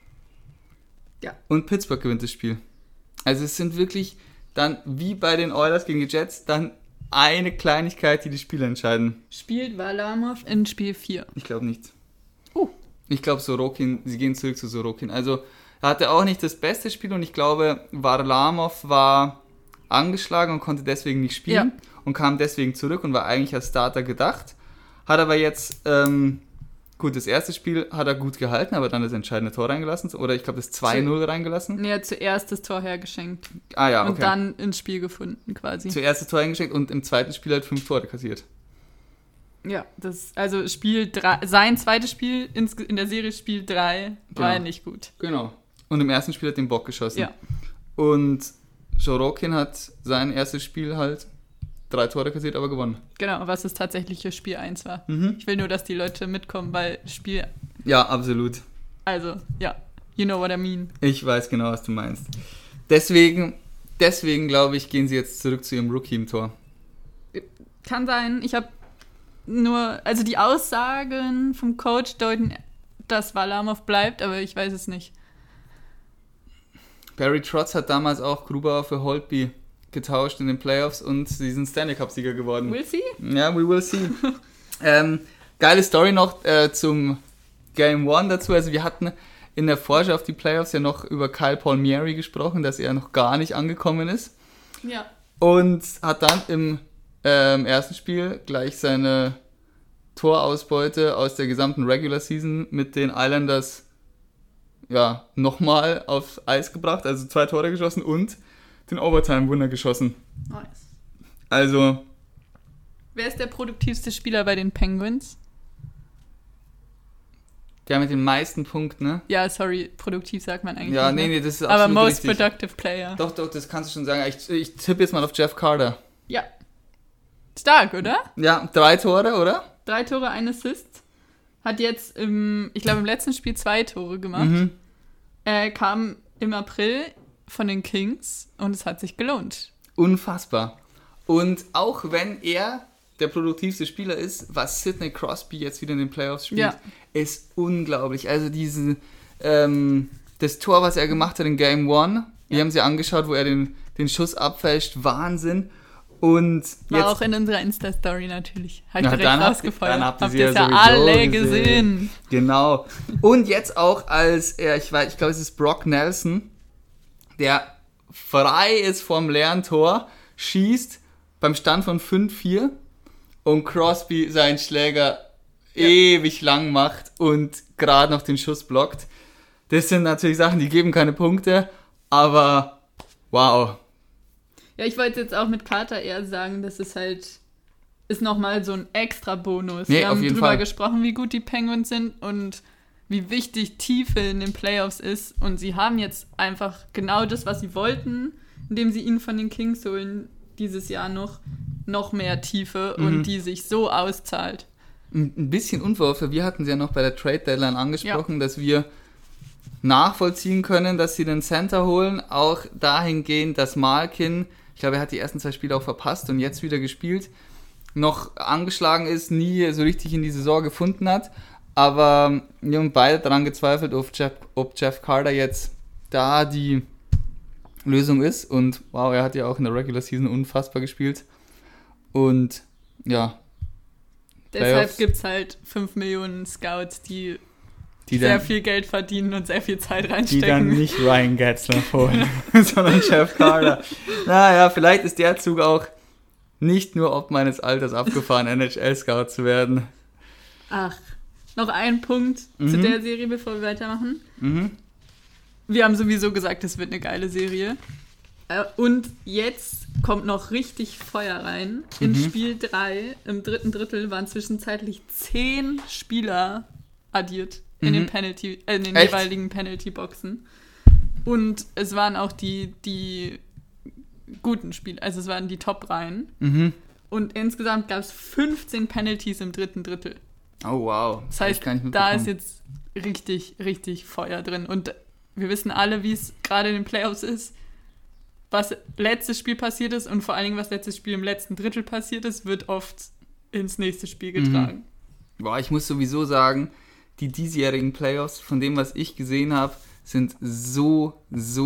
Ja. Und Pittsburgh gewinnt das Spiel. Also es sind wirklich dann, wie bei den Oilers gegen die Jets, dann eine Kleinigkeit, die die Spiele entscheiden. Spielt Varlamov in Spiel 4? Ich glaube nicht. Ich glaube Sorokin, sie gehen zurück zu Sorokin. Also er hatte auch nicht das beste Spiel und ich glaube Varlamov war angeschlagen und konnte deswegen nicht spielen und kam deswegen zurück und war eigentlich als Starter gedacht. Hat aber jetzt, gut, das erste Spiel hat er gut gehalten, aber dann das entscheidende Tor reingelassen. Oder ich glaube das 2-0 reingelassen. Nee, er hat zuerst das Tor hergeschenkt. Okay. Und dann ins Spiel gefunden quasi. Zuerst das Tor hingeschickt und im zweiten Spiel halt 5 Tore kassiert. Ja, sein zweites Spiel in der Serie Spiel 3 war ja nicht gut. Genau. Und im ersten Spiel hat den Bock geschossen. Ja. Und Sorokin hat sein erstes Spiel halt 3 Tore kassiert, aber gewonnen. Genau, was das tatsächliche Spiel 1 war. Ich will nur, dass die Leute mitkommen, weil Spiel... Ja, absolut. Also, ja, you know what I mean. Ich weiß genau, was du meinst. Deswegen glaube ich, gehen sie jetzt zurück zu ihrem Rookie im Tor. Kann sein, ich habe nur... Also die Aussagen vom Coach deuten dass Varlamov bleibt, aber ich weiß es nicht. Barry Trotz hat damals auch Grubauer für Holtby getauscht in den Playoffs und sie sind Stanley Cup-Sieger geworden. We'll see. Ja, we will see. Geile Story noch zum Game 1 dazu. Also wir hatten in der Vorschau auf die Playoffs ja noch über Kyle Palmieri gesprochen, dass er noch gar nicht angekommen ist. Ja. Und hat dann im ersten Spiel gleich seine Torausbeute aus der gesamten Regular Season mit den Islanders nochmal aufs Eis gebracht. Also 2 Tore geschossen und den Overtime-Winner geschossen. Nice. Also... Wer ist der produktivste Spieler bei den Penguins? Der mit den meisten Punkten, ne? Ja, sorry, produktiv sagt man eigentlich Ja, nicht. nee, das ist aber absolut most richtig. productive player. Doch, das kannst du schon sagen. Ich tippe jetzt mal auf Jeff Carter. Ja. Stark, oder? Ja, 3 Tore, oder? 3 Tore, 1 Assist. Hat jetzt im letzten Spiel 2 Tore gemacht. Mhm. Er kam im April von den Kings und es hat sich gelohnt. Unfassbar. Und auch wenn er der produktivste Spieler ist, was Sidney Crosby jetzt wieder in den Playoffs spielt, ist unglaublich. Also das Tor, was er gemacht hat in Game 1, wir haben es ja angeschaut, wo er den Schuss abfälscht, Wahnsinn. Und war jetzt, auch in unserer Insta-Story natürlich. Hab ich na, direkt dann rausgefeuert. habt ihr sie ihr es ja sowieso alle gesehen. Genau. Und jetzt auch als ich glaube, es ist Brock Nelson, der frei ist vom leeren Tor, schießt beim Stand von 5-4 und Crosby seinen Schläger ewig lang macht und gerade noch den Schuss blockt. Das sind natürlich Sachen, die geben keine Punkte, aber wow. Ja, ich wollte jetzt auch mit Carter eher sagen, dass es halt ist nochmal so ein extra Bonus. Nee, wir haben auf jeden drüber Fall gesprochen, wie gut die Penguins sind und wie wichtig Tiefe in den Playoffs ist. Und sie haben jetzt einfach genau das, was sie wollten, indem sie ihn von den Kings holen, dieses Jahr noch mehr Tiefe und die sich so auszahlt. Ein bisschen unverhofft, wir hatten sie ja noch bei der Trade Deadline angesprochen, dass wir nachvollziehen können, dass sie den Center holen, auch dahingehend, dass Malkin, ich glaube, er hat die ersten 2 Spiele auch verpasst und jetzt wieder gespielt, noch angeschlagen ist, nie so richtig in die Saison gefunden hat, aber wir haben beide daran gezweifelt, ob Jeff Carter jetzt da die Lösung ist und wow, er hat ja auch in der Regular Season unfassbar gespielt und ja. Deshalb gibt es halt 5 Millionen Scouts, die sehr viel Geld verdienen und sehr viel Zeit reinstecken. Die dann nicht Ryan Getzlaf holen, sondern Jeff Carter. Naja, vielleicht ist der Zug auch nicht nur ob meines Alters abgefahren, NHL-Scout zu werden. Ach, noch ein Punkt zu der Serie, bevor wir weitermachen. Wir haben sowieso gesagt, es wird eine geile Serie. Und jetzt kommt noch richtig Feuer rein. In Spiel 3, im 3. Drittel, waren zwischenzeitlich 10 Spieler addiert in den jeweiligen Penalty-Boxen. Und es waren auch die guten Spiele, also es waren die Top-Reihen. Und insgesamt gab es 15 Penalties im 3. Drittel. Oh wow. Das heißt, da ist jetzt richtig, richtig Feuer drin. Und wir wissen alle, wie es gerade in den Playoffs ist. Was letztes Spiel passiert ist und vor allen Dingen, was letztes Spiel im letzten Drittel passiert ist, wird oft ins nächste Spiel getragen. Boah, ich muss sowieso sagen, die diesjährigen Playoffs, von dem, was ich gesehen habe, sind so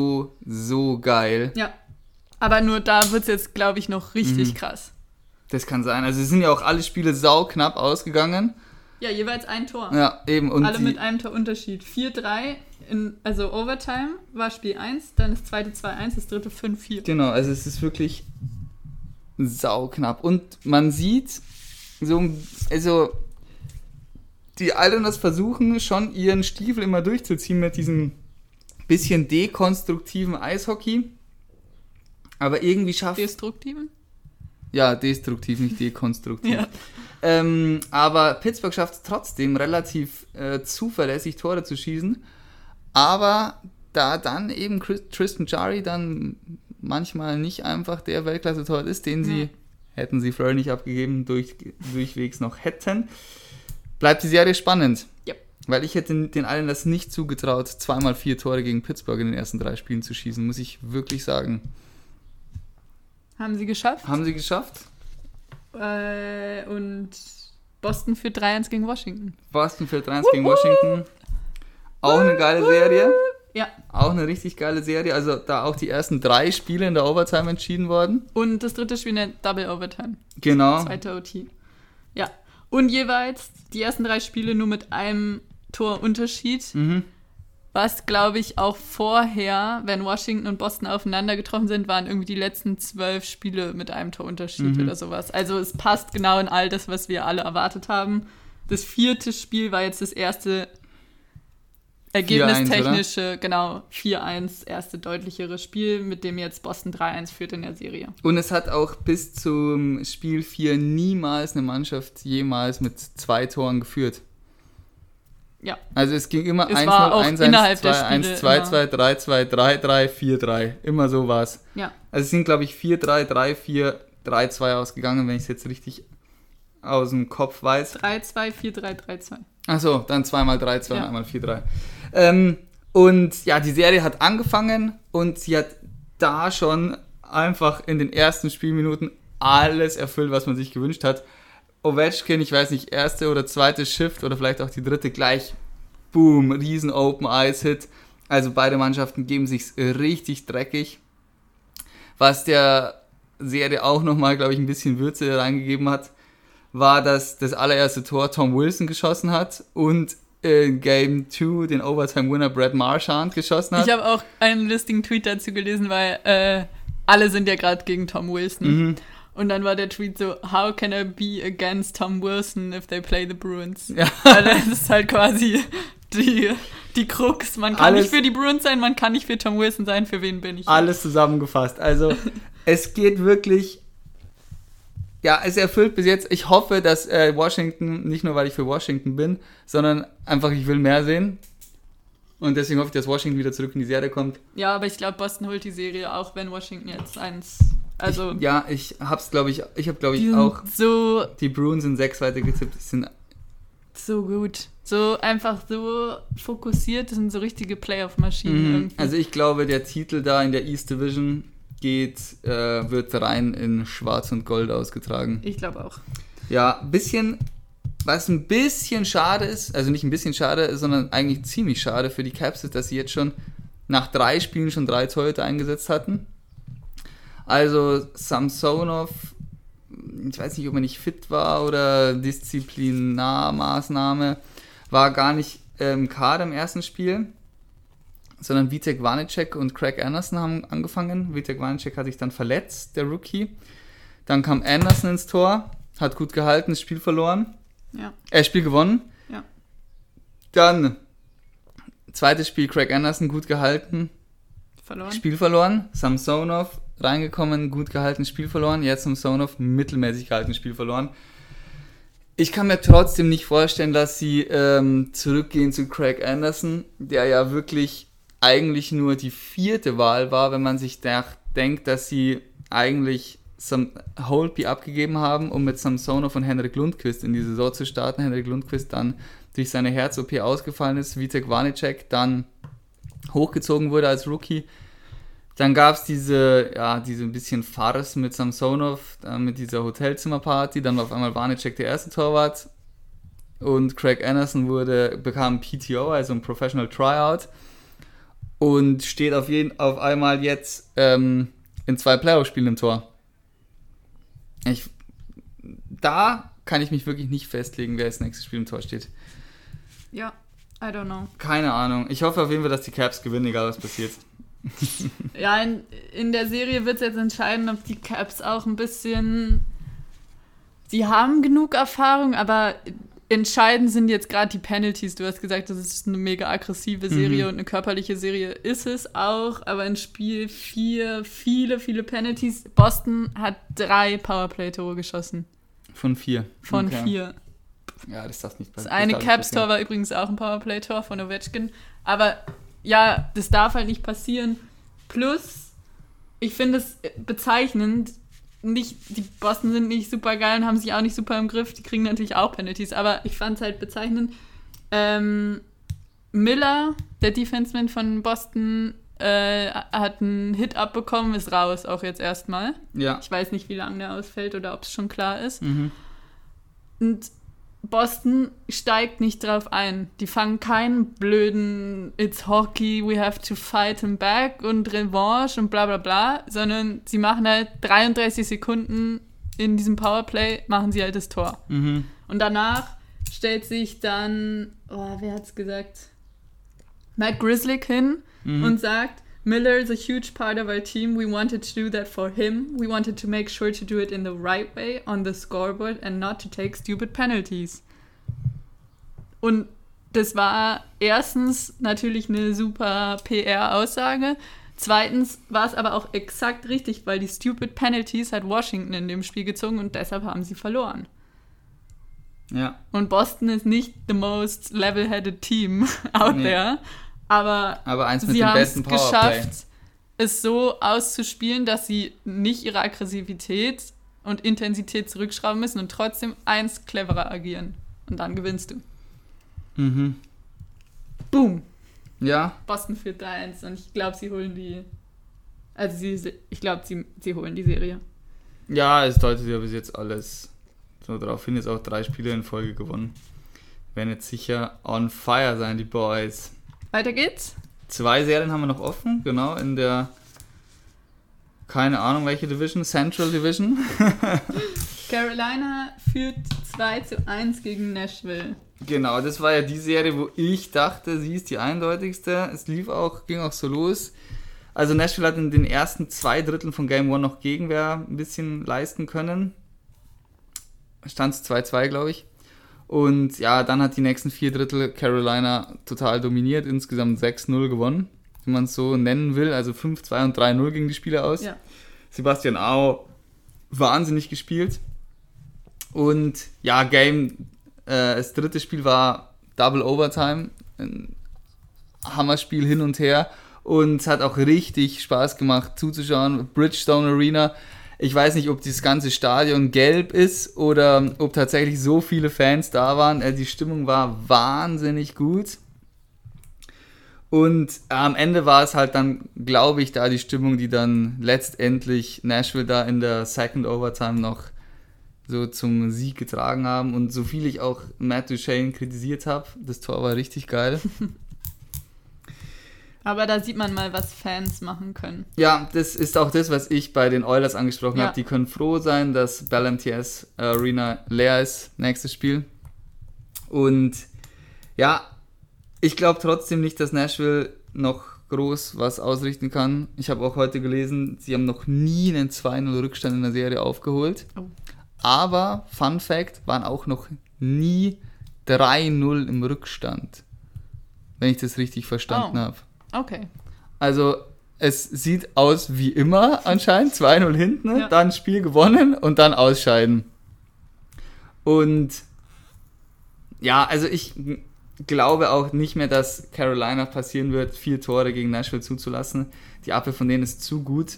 geil. Ja, aber nur da wird es jetzt, glaube ich, noch richtig krass. Das kann sein. Also es sind ja auch alle Spiele sauknapp ausgegangen. Ja, jeweils ein Tor. Ja, eben. Und alle mit einem Torunterschied. 4-3, also Overtime war Spiel 1, dann das zweite 2-1, das dritte 5-4. Genau, also es ist wirklich sauknapp. Und man sieht, also die Islanders versuchen schon ihren Stiefel immer durchzuziehen mit diesem bisschen dekonstruktiven Eishockey. Aber irgendwie schafft... Destruktiven? Ja, destruktiv, nicht dekonstruktiv. Ja. Aber Pittsburgh schafft es trotzdem, relativ zuverlässig Tore zu schießen. Aber da dann eben Tristan Jarry dann manchmal nicht einfach der Weltklasse-Torwart ist, den sie, hätten sie Fleury nicht abgegeben, durchwegs noch hätten, bleibt die Serie spannend. Ja. Weil ich hätte den allen das nicht zugetraut, 2x4 Tore gegen Pittsburgh in den ersten 3 Spielen zu schießen, muss ich wirklich sagen. Haben sie geschafft. Und Boston führt 3-1 gegen Washington. Boston führt 3-1 gegen Washington. Auch eine geile Serie. Ja. Auch eine richtig geile Serie. Also da auch die ersten 3 Spiele in der Overtime entschieden worden. Und das dritte Spiel in der Double Overtime. Genau. Zweite OT. Ja. Und jeweils die ersten 3 Spiele nur mit einem Torunterschied. Was, glaube ich, auch vorher, wenn Washington und Boston aufeinander getroffen sind, waren irgendwie die letzten 12 Spiele mit einem Torunterschied oder sowas. Also es passt genau in all das, was wir alle erwartet haben. Das 4. Spiel war jetzt das erste ergebnistechnische, 4-1, erste deutlichere Spiel, mit dem jetzt Boston 3-1 führt in der Serie. Und es hat auch bis zum Spiel 4 niemals eine Mannschaft jemals mit 2 Toren geführt. Ja. Also es ging immer 1-0, 1-1, 2-1, 2-2, 3-2, 3-3, 4-3. Immer so war es. Ja. Also es sind, glaube ich, 4-3, 3-4, 3-2 ausgegangen, wenn ich es jetzt richtig aus dem Kopf weiß. 3-2, 4-3, 3-2. Achso, dann 2x3-2 und einmal 4-3. Und ja, die Serie hat angefangen und sie hat da schon einfach in den ersten Spielminuten alles erfüllt, was man sich gewünscht hat. Ovechkin, ich weiß nicht, erste oder zweite Shift oder vielleicht auch die dritte gleich, boom, riesen Open-Ice-Hit. Also beide Mannschaften geben sich's richtig dreckig. Was der Serie auch nochmal, glaube ich, ein bisschen Würze reingegeben hat, war, dass das allererste Tor Tom Wilson geschossen hat und in Game 2 den Overtime-Winner Brad Marchand geschossen hat. Ich habe auch einen lustigen Tweet dazu gelesen, weil alle sind ja gerade gegen Tom Wilson. Und dann war der Tweet so, how can I be against Tom Wilson if they play the Bruins? Ja. Weil das ist halt quasi die Krux. Man kann nicht für die Bruins sein, man kann nicht für Tom Wilson sein, für wen bin ich? Alles zusammengefasst. Also es geht wirklich, ja, es erfüllt bis jetzt, ich hoffe, dass Washington, nicht nur weil ich für Washington bin, sondern einfach, ich will mehr sehen. Und deswegen hoffe ich, dass Washington wieder zurück in die Serie kommt. Ja, aber ich glaube, Boston holt die Serie, auch wenn Washington jetzt also... Ich habe glaube ich auch so die Bruins in 6 weitergetippt. Die sind so gut. So einfach so fokussiert, das sind so richtige Playoff-Maschinen irgendwie. Also ich glaube, der Titel da in der East Division wird rein in Schwarz und Gold ausgetragen. Ich glaube auch. Ja, was ein bisschen schade ist, also nicht ein bisschen schade, sondern eigentlich ziemlich schade für die Caps ist, dass sie jetzt schon nach 3 Spielen schon 3 Torhüter eingesetzt hatten. Also Samsonov, ich weiß nicht, ob er nicht fit war oder Disziplinarmaßnahme, war gar nicht im Kader im ersten Spiel, sondern Vitek Vanecek und Craig Anderson haben angefangen. Vitek Vanecek hat sich dann verletzt, der Rookie. Dann kam Anderson ins Tor, hat gut gehalten, das Spiel verloren. Ja. Spiel gewonnen. Ja. Dann zweites Spiel, Craig Anderson gut gehalten, Spiel verloren. Samsonov reingekommen, gut gehalten, Spiel verloren. Jetzt Samsonov mittelmäßig gehalten, Spiel verloren. Ich kann mir trotzdem nicht vorstellen, dass sie zurückgehen zu Craig Anderson, der ja wirklich eigentlich nur die 4. Wahl war, wenn man sich denkt, dass sie eigentlich Holtby abgegeben haben, um mit Samsonov und Henrik Lundqvist in die Saison zu starten. Henrik Lundqvist dann durch seine Herz-OP ausgefallen ist, Vitek Vanecek dann hochgezogen wurde als Rookie. Dann gab es diese ein bisschen Farce mit Samsonov, mit dieser Hotelzimmerparty. Dann war auf einmal Vanecek der erste Torwart und Craig Anderson bekam PTO, also ein Professional Tryout, und steht auf einmal jetzt in 2 Playoff-Spielen im Tor. Da kann ich mich wirklich nicht festlegen, wer das nächste Spiel im Tor steht. Ja, I don't know. Keine Ahnung. Ich hoffe auf jeden Fall, dass die Caps gewinnen, egal was passiert. Ja, in der Serie wird es jetzt entscheiden, ob die Caps auch ein bisschen... Sie haben genug Erfahrung, aber entscheidend sind jetzt gerade die Penalties. Du hast gesagt, das ist eine mega aggressive Serie und eine körperliche Serie ist es auch, aber in Spiel 4 viele Penalties. Boston hat 3 Powerplay-Tore geschossen. Von 4. Von 4. Ja, das darf nicht passieren. Das eine Caps-Tor war übrigens auch ein Powerplay-Tor von Ovechkin. Aber ja, das darf halt nicht passieren. Plus, ich finde es bezeichnend, die Boston sind nicht super geil und haben sich auch nicht super im Griff. Die kriegen natürlich auch Penalties, aber ich fand es halt bezeichnend. Miller, der Defenseman von Boston, hat einen Hit abbekommen, ist raus, auch jetzt erstmal. Ja. Ich weiß nicht, wie lange der ausfällt oder ob es schon klar ist. Und Boston steigt nicht drauf ein. Die fangen keinen blöden It's Hockey, we have to fight him back und Revanche und bla bla bla, sondern sie machen halt 33 Sekunden in diesem Powerplay, machen sie halt das Tor. Mhm. Und danach stellt sich dann, wer hat's gesagt? Matt Grzelcyk hin und sagt, Miller is a huge part of our team. We wanted to do that for him. We wanted to make sure to do it in the right way on the scoreboard and not to take stupid penalties. Und das war erstens natürlich eine super PR-Aussage. Zweitens war es aber auch exakt richtig, weil die stupid penalties hat Washington in dem Spiel gezogen und deshalb haben sie verloren. Ja. Und Boston ist nicht the most level-headed team out there. Aber eins mit sie dem haben es besten Powerplay. geschafft, es so auszuspielen, dass sie nicht ihre Aggressivität und Intensität zurückschrauben müssen und trotzdem eins cleverer agieren. Und dann gewinnst du. Mhm. Boom. Ja. Boston führt 3-1 und ich glaube, sie holen die... Also ich glaube, sie holen die Serie. Ja, es deutet ja bis jetzt alles so darauf hin. Jetzt auch 3 Spiele in Folge gewonnen. Werden jetzt sicher on fire sein, die Boys. Weiter geht's. 2 Serien haben wir noch offen, genau, in der, keine Ahnung welche Division, Central Division. Carolina führt 2-1 gegen Nashville. Genau, das war ja die Serie, wo ich dachte, sie ist die eindeutigste. Es ging auch so los. Also Nashville hat in den ersten 2 Dritteln von Game 1 noch Gegenwehr ein bisschen leisten können. Stand es 2-2, glaube ich. Und ja, dann hat die nächsten 4 Drittel Carolina total dominiert, insgesamt 6-0 gewonnen, wenn man es so nennen will. Also 5-2 und 3-0 gingen die Spiele aus. Ja. Sebastian Aho wahnsinnig gespielt. Und ja, das dritte Spiel war Double Overtime, ein Hammerspiel hin und her. Und es hat auch richtig Spaß gemacht zuzuschauen. Bridgestone Arena. Ich weiß nicht, ob das ganze Stadion gelb ist oder ob tatsächlich so viele Fans da waren. Die Stimmung war wahnsinnig gut. Und am Ende war es halt dann, glaube ich, da die Stimmung, die dann letztendlich Nashville da in der Second Overtime noch so zum Sieg getragen haben. Und so viel ich auch Matt Duchene kritisiert habe, das Tor war richtig geil. Aber da sieht man mal, was Fans machen können. Ja, das ist auch das, was ich bei den Oilers angesprochen habe. Die können froh sein, dass Bell MTS Arena leer ist, nächstes Spiel. Und ja, ich glaube trotzdem nicht, dass Nashville noch groß was ausrichten kann. Ich habe auch heute gelesen, sie haben noch nie einen 2-0 Rückstand in der Serie aufgeholt. Oh. Aber, Fun Fact, waren auch noch nie 3-0 im Rückstand. Wenn ich das richtig verstanden habe. Okay. Also es sieht aus wie immer anscheinend, 2-0 hinten, dann Spiel gewonnen und dann ausscheiden. Und ja, also ich glaube auch nicht mehr, dass Carolina passieren wird, 4 Tore gegen Nashville zuzulassen. Die Abwehr von denen ist zu gut.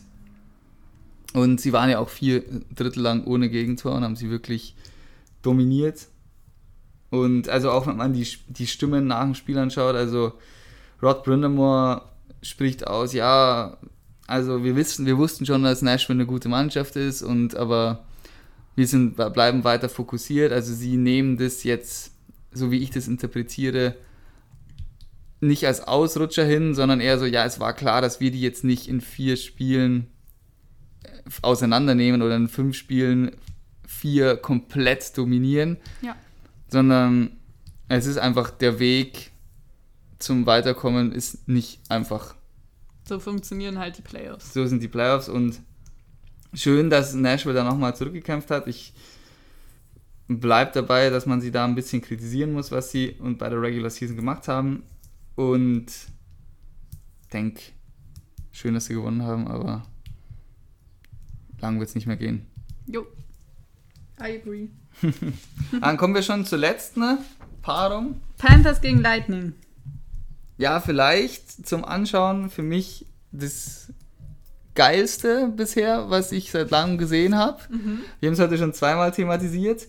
Und sie waren ja auch 4 Drittel lang ohne Gegentor und haben sie wirklich dominiert. Und also auch wenn man die Stimmen nach dem Spiel anschaut, also Rod Brind'Amour spricht aus, ja, also wir wussten schon, dass Nashville eine gute Mannschaft ist, aber wir bleiben weiter fokussiert. Also sie nehmen das jetzt, so wie ich das interpretiere, nicht als Ausrutscher hin, sondern eher so, ja, es war klar, dass wir die jetzt nicht in 4 Spielen auseinandernehmen oder in 5 Spielen 4 komplett dominieren, sondern es ist einfach der Weg zum Weiterkommen ist nicht einfach. So funktionieren halt die Playoffs. So sind die Playoffs und schön, dass Nashville da nochmal zurückgekämpft hat. Ich bleibe dabei, dass man sie da ein bisschen kritisieren muss, was sie und bei der Regular Season gemacht haben und denke, schön, dass sie gewonnen haben, aber lang wird es nicht mehr gehen. Jo, I agree. Dann kommen wir schon zur letzten Paarung. Panthers gegen Lightning. Ja, vielleicht zum Anschauen für mich das Geilste bisher, was ich seit langem gesehen habe. Wir haben es heute schon 2-mal thematisiert.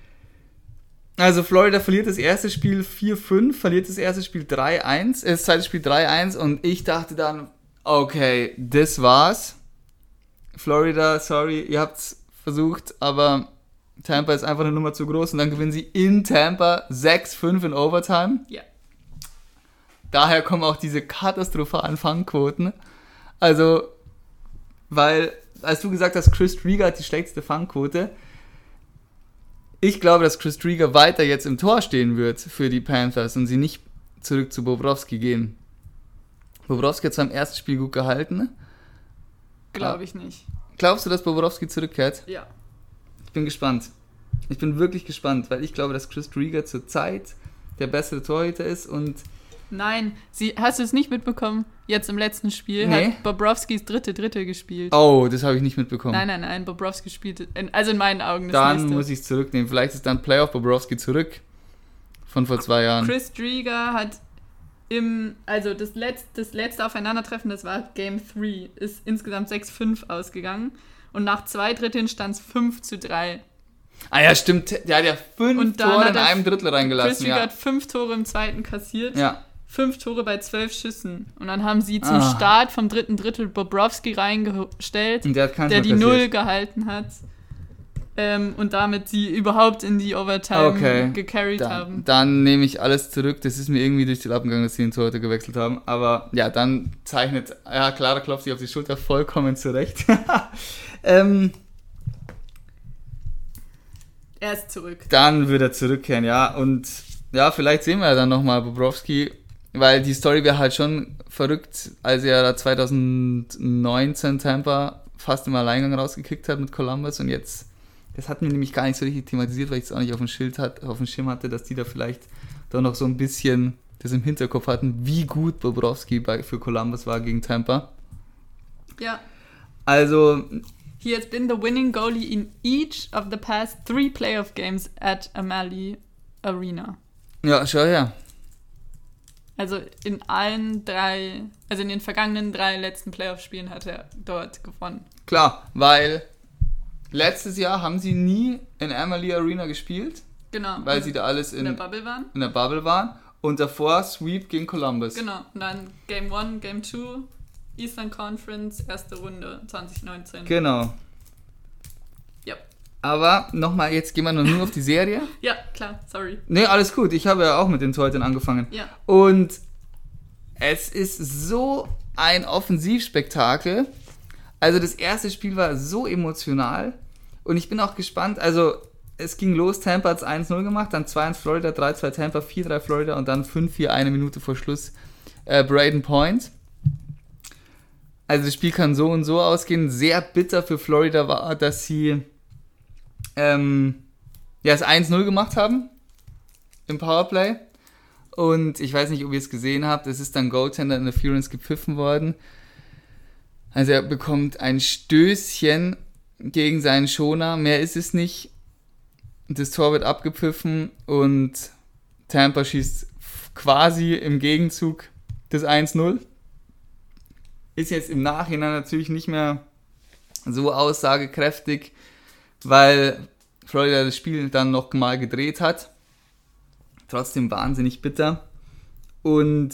Also Florida verliert das erste Spiel 4-5, verliert das erste Spiel 3-1, das zweite Spiel 3-1 und ich dachte dann, okay, das war's. Florida, sorry, ihr habt's versucht, aber Tampa ist einfach eine Nummer zu groß und dann gewinnen sie in Tampa 6-5 in Overtime. Ja. Daher kommen auch diese katastrophalen Fangquoten. Also, weil, als du gesagt hast, Chris Driedger hat die schlechteste Fangquote, ich glaube, dass Chris Driedger weiter jetzt im Tor stehen wird für die Panthers und sie nicht zurück zu Bobrovsky gehen. Bobrovsky hat zwar im ersten Spiel gut gehalten. Glaube ich nicht. Glaubst du, dass Bobrovsky zurückkehrt? Ja. Ich bin gespannt. Ich bin wirklich gespannt, weil ich glaube, dass Chris Driedger zurzeit der bessere Torhüter ist und... Nein, hast du es nicht mitbekommen? Jetzt im letzten Spiel hat Bobrovskys dritte gespielt. Oh, das habe ich nicht mitbekommen. Nein, Bobrovsky spielte, also in meinen Augen. Dann muss ich es zurücknehmen. Vielleicht ist dann Playoff Bobrovsky zurück von vor 2 Jahren. Chris Driedger hat das letzte Aufeinandertreffen, das war Game 3, ist insgesamt 6-5 ausgegangen und nach 2 Dritteln stand es 5-3. Ah ja, stimmt. Der hat ja 5 Tore in einem Drittel reingelassen. Chris Driedger hat 5 Tore im zweiten kassiert. Ja. 5 Tore bei 12 Schüssen. Und dann haben sie zum Start vom dritten Drittel Bobrovsky reingestellt, der die 0 gehalten hat. Und damit sie überhaupt in die Overtime gecarried haben. Dann nehme ich alles zurück. Das ist mir irgendwie durch die Lappen gegangen, dass sie den Torhüter gewechselt haben. Aber ja, dann zeichnet... Ja, Clara klopft sich auf die Schulter vollkommen zurecht. Er ist zurück. Dann wird er zurückkehren, ja. Und ja, vielleicht sehen wir ja dann nochmal Bobrovsky, weil die Story wäre halt schon verrückt, als er da 2019 Tampa fast im Alleingang rausgekickt hat mit Columbus und jetzt, das hat mir nämlich gar nicht so richtig thematisiert, weil ich es auch nicht auf dem Schirm hatte, dass die da vielleicht doch noch so ein bisschen das im Hinterkopf hatten, wie gut Bobrovsky für Columbus war gegen Tampa. Ja. Also... He has been the winning goalie in each of the past 3 playoff games at Amalie Arena. Ja, schau her. Also in den vergangenen 3 letzten Playoff-Spielen hat er dort gewonnen. Klar, weil letztes Jahr haben sie nie in Amalie Arena gespielt. Genau. Weil sie da alles in der Bubble waren. In der Bubble waren. Und davor Sweep gegen Columbus. Genau. Und dann Game 1, Game 2... Eastern Conference, erste Runde 2019. Genau. Ja. Aber nochmal, jetzt gehen wir nur auf die Serie. Ja, klar, sorry. Nee, alles gut. Ich habe ja auch mit den Torhütern angefangen. Ja. Und es ist so ein Offensivspektakel. Also das erste Spiel war so emotional. Und ich bin auch gespannt. Also es ging los, Tampa hat es 1-0 gemacht, dann 2-1 Florida, 3-2 Tampa, 4-3 Florida und dann 5-4, eine Minute vor Schluss Brayden Point. Also das Spiel kann so und so ausgehen. Sehr bitter für Florida war, dass sie das 1-0 gemacht haben im Powerplay. Und ich weiß nicht, ob ihr es gesehen habt, es ist dann Goaltender Interference gepfiffen worden. Also er bekommt ein Stößchen gegen seinen Schoner, mehr ist es nicht. Das Tor wird abgepfiffen und Tampa schießt quasi im Gegenzug das 1-0. Ist jetzt im Nachhinein natürlich nicht mehr so aussagekräftig, weil Florida das Spiel dann noch mal gedreht hat. Trotzdem wahnsinnig bitter. Und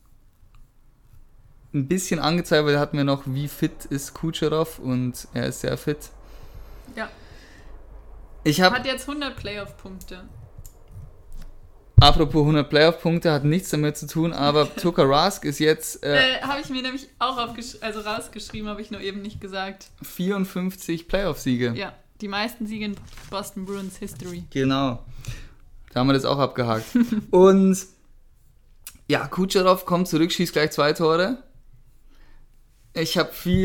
ein bisschen angezweifelt hatten wir noch, wie fit ist Kucherov, und er ist sehr fit. Ja. Hat jetzt 100 Playoff-Punkte. Apropos 100 Playoff-Punkte, hat nichts damit zu tun, aber Tuukka Rask ist jetzt... habe ich mir nämlich auch rausgeschrieben, habe ich nur eben nicht gesagt. 54 Playoff-Siege. Ja, die meisten Siege in Boston Bruins History. Genau. Da haben wir das auch abgehakt. Und ja, Kucherov kommt zurück, schießt gleich 2 Tore. Ich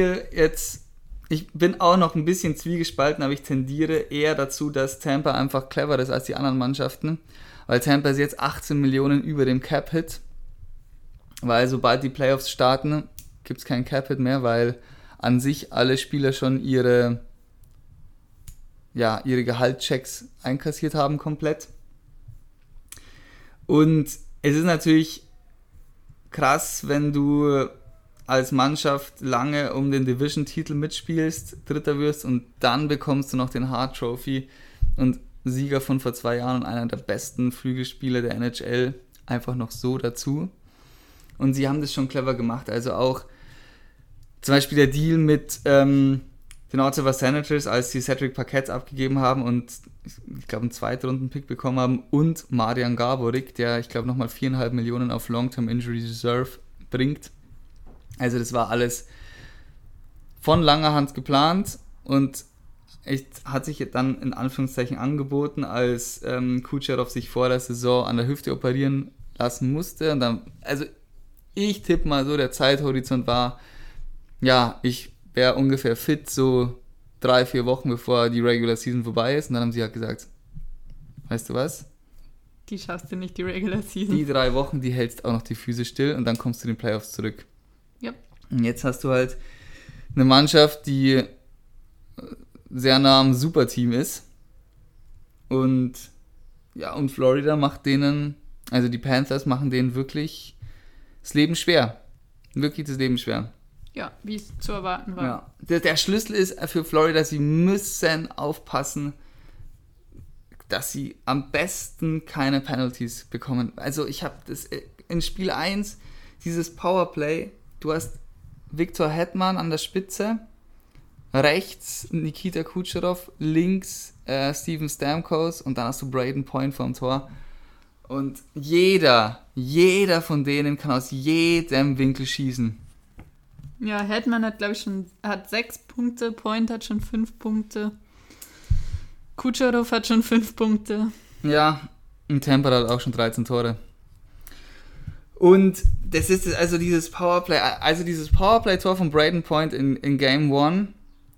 bin auch noch ein bisschen zwiegespalten, aber ich tendiere eher dazu, dass Tampa einfach cleverer ist als die anderen Mannschaften. Weil Tampa ist jetzt 18 Millionen über dem Cap-Hit. Weil sobald die Playoffs starten, gibt es keinen Cap-Hit mehr, weil an sich alle Spieler schon ihre Gehaltschecks einkassiert haben komplett. Und es ist natürlich krass, wenn du als Mannschaft lange um den Division-Titel mitspielst, Dritter wirst und dann bekommst du noch den Hart Trophy und Sieger von vor 2 Jahren und einer der besten Flügelspieler der NHL einfach noch so dazu. Und sie haben das schon clever gemacht. Also auch zum Beispiel der Deal mit den Ottawa Senators, als sie Cedric Paquette abgegeben haben und ich glaube einen Zweitrunden-Pick bekommen haben und Marian Gaborik, der ich glaube nochmal 4,5 Millionen auf Long-Term Injury Reserve bringt. Also das war alles von langer Hand geplant und hat sich dann in Anführungszeichen angeboten, als Kucherov sich vor der Saison an der Hüfte operieren lassen musste. Und dann, also ich tippe mal so, der Zeithorizont war, ja, ich wäre ungefähr fit, so 3-4 Wochen bevor die Regular Season vorbei ist. Und dann haben sie halt gesagt, weißt du was? Die schaffst du nicht, die Regular Season. Die 3 Wochen, die hältst auch noch die Füße still und dann kommst du in den Playoffs zurück. Yep. Und jetzt hast du halt eine Mannschaft, die sehr nah am Superteam ist. Und ja, und Florida macht denen, also die Panthers machen denen wirklich das Leben schwer. Wirklich das Leben schwer. Ja, wie es zu erwarten war. Ja. Der Schlüssel ist für Florida, sie müssen aufpassen, dass sie am besten keine Penalties bekommen. Also ich habe das in Spiel 1, dieses Powerplay, du hast Victor Hedman an der Spitze, rechts Nikita Kucherov, links Steven Stamkos und dann hast du Braden Point vorm Tor. Und jeder von denen kann aus jedem Winkel schießen. Ja, Hedman hat, glaube ich, hat 6 Punkte, Point hat schon 5 Punkte, Kucherov hat schon 5 Punkte. Ja, und Tampa hat auch schon 13 Tore. Und das ist also dieses Powerplay-Tor von Braden Point in Game 1.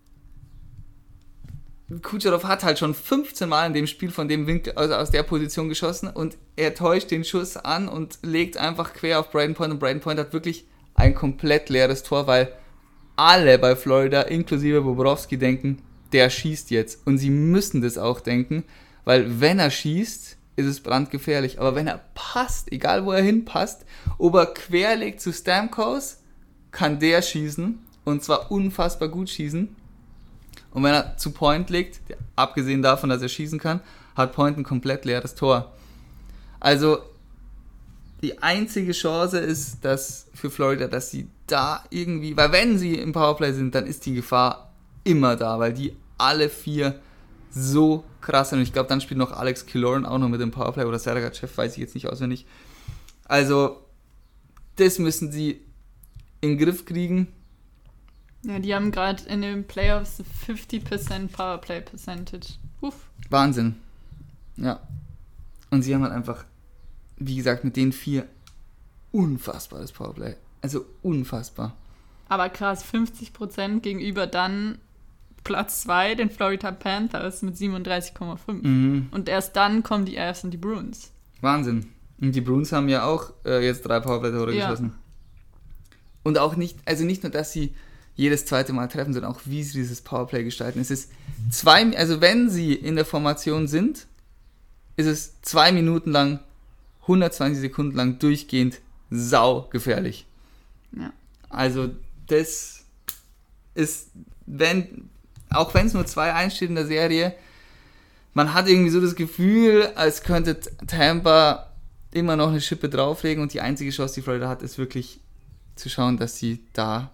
Kucherov hat halt schon 15 Mal in dem Spiel von dem Winkel, also aus der Position geschossen und er täuscht den Schuss an und legt einfach quer auf Braden Point und Braden Point hat wirklich ein komplett leeres Tor, weil alle bei Florida, inklusive Bobrovsky, denken, der schießt jetzt. Und sie müssen das auch denken, weil wenn er schießt, ist es brandgefährlich. Aber wenn er passt, egal wo er hinpasst, ob er quer legt zu Stamkos, kann der schießen und zwar unfassbar gut schießen. Und wenn er zu Point legt, abgesehen davon, dass er schießen kann, hat Point ein komplett leeres Tor. Also die einzige Chance ist, dass für Florida, dass sie da irgendwie, weil wenn sie im Powerplay sind, dann ist die Gefahr immer da, weil die alle 4 so krass sind. Und ich glaube, dann spielt noch Alex Killorn auch noch mit dem Powerplay oder Sergachev, weiß ich jetzt nicht auswendig. Also das müssen sie in den Griff kriegen. Ja, die haben gerade in den Playoffs 50% Powerplay Percentage. Wahnsinn. Ja. Und sie haben halt einfach, wie gesagt, mit den 4 unfassbares Powerplay. Also unfassbar. Aber krass, 50% gegenüber dann Platz 2, den Florida Panthers mit 37,5. Mhm. Und erst dann kommen die Avs und die Bruins. Wahnsinn. Und die Bruins haben ja auch jetzt 3 Powerplay-Tore geschossen. Und auch nicht nur, dass sie jedes zweite Mal treffen, sondern auch, wie sie dieses Powerplay gestalten. Es ist also wenn sie in der Formation sind, ist es 2 Minuten lang, 120 Sekunden lang durchgehend saugefährlich. Ja. Also das ist, auch wenn es nur 2-1 steht in der Serie, man hat irgendwie so das Gefühl, als könnte Tampa immer noch eine Schippe drauflegen und die einzige Chance, die Florida hat, ist wirklich zu schauen, dass sie da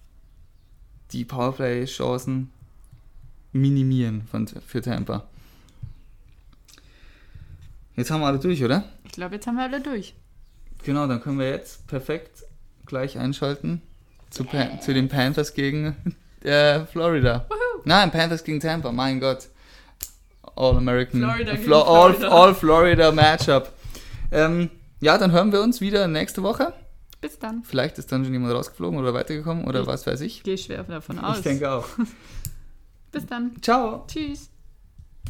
die Powerplay-Chancen minimieren für Tampa. Jetzt haben wir alle durch, oder? Ich glaube, jetzt haben wir alle durch. Genau, dann können wir jetzt perfekt gleich einschalten zu den Panthers gegen Florida. Woohoo. Nein, Panthers gegen Tampa, mein Gott. All-American. Florida gegen Florida. All Florida Matchup. Ja, dann hören wir uns wieder nächste Woche. Bis dann. Vielleicht ist dann schon jemand rausgeflogen oder weitergekommen oder was weiß ich. Gehe schwer davon aus. Ich denke auch. Bis dann. Ciao. Tschüss.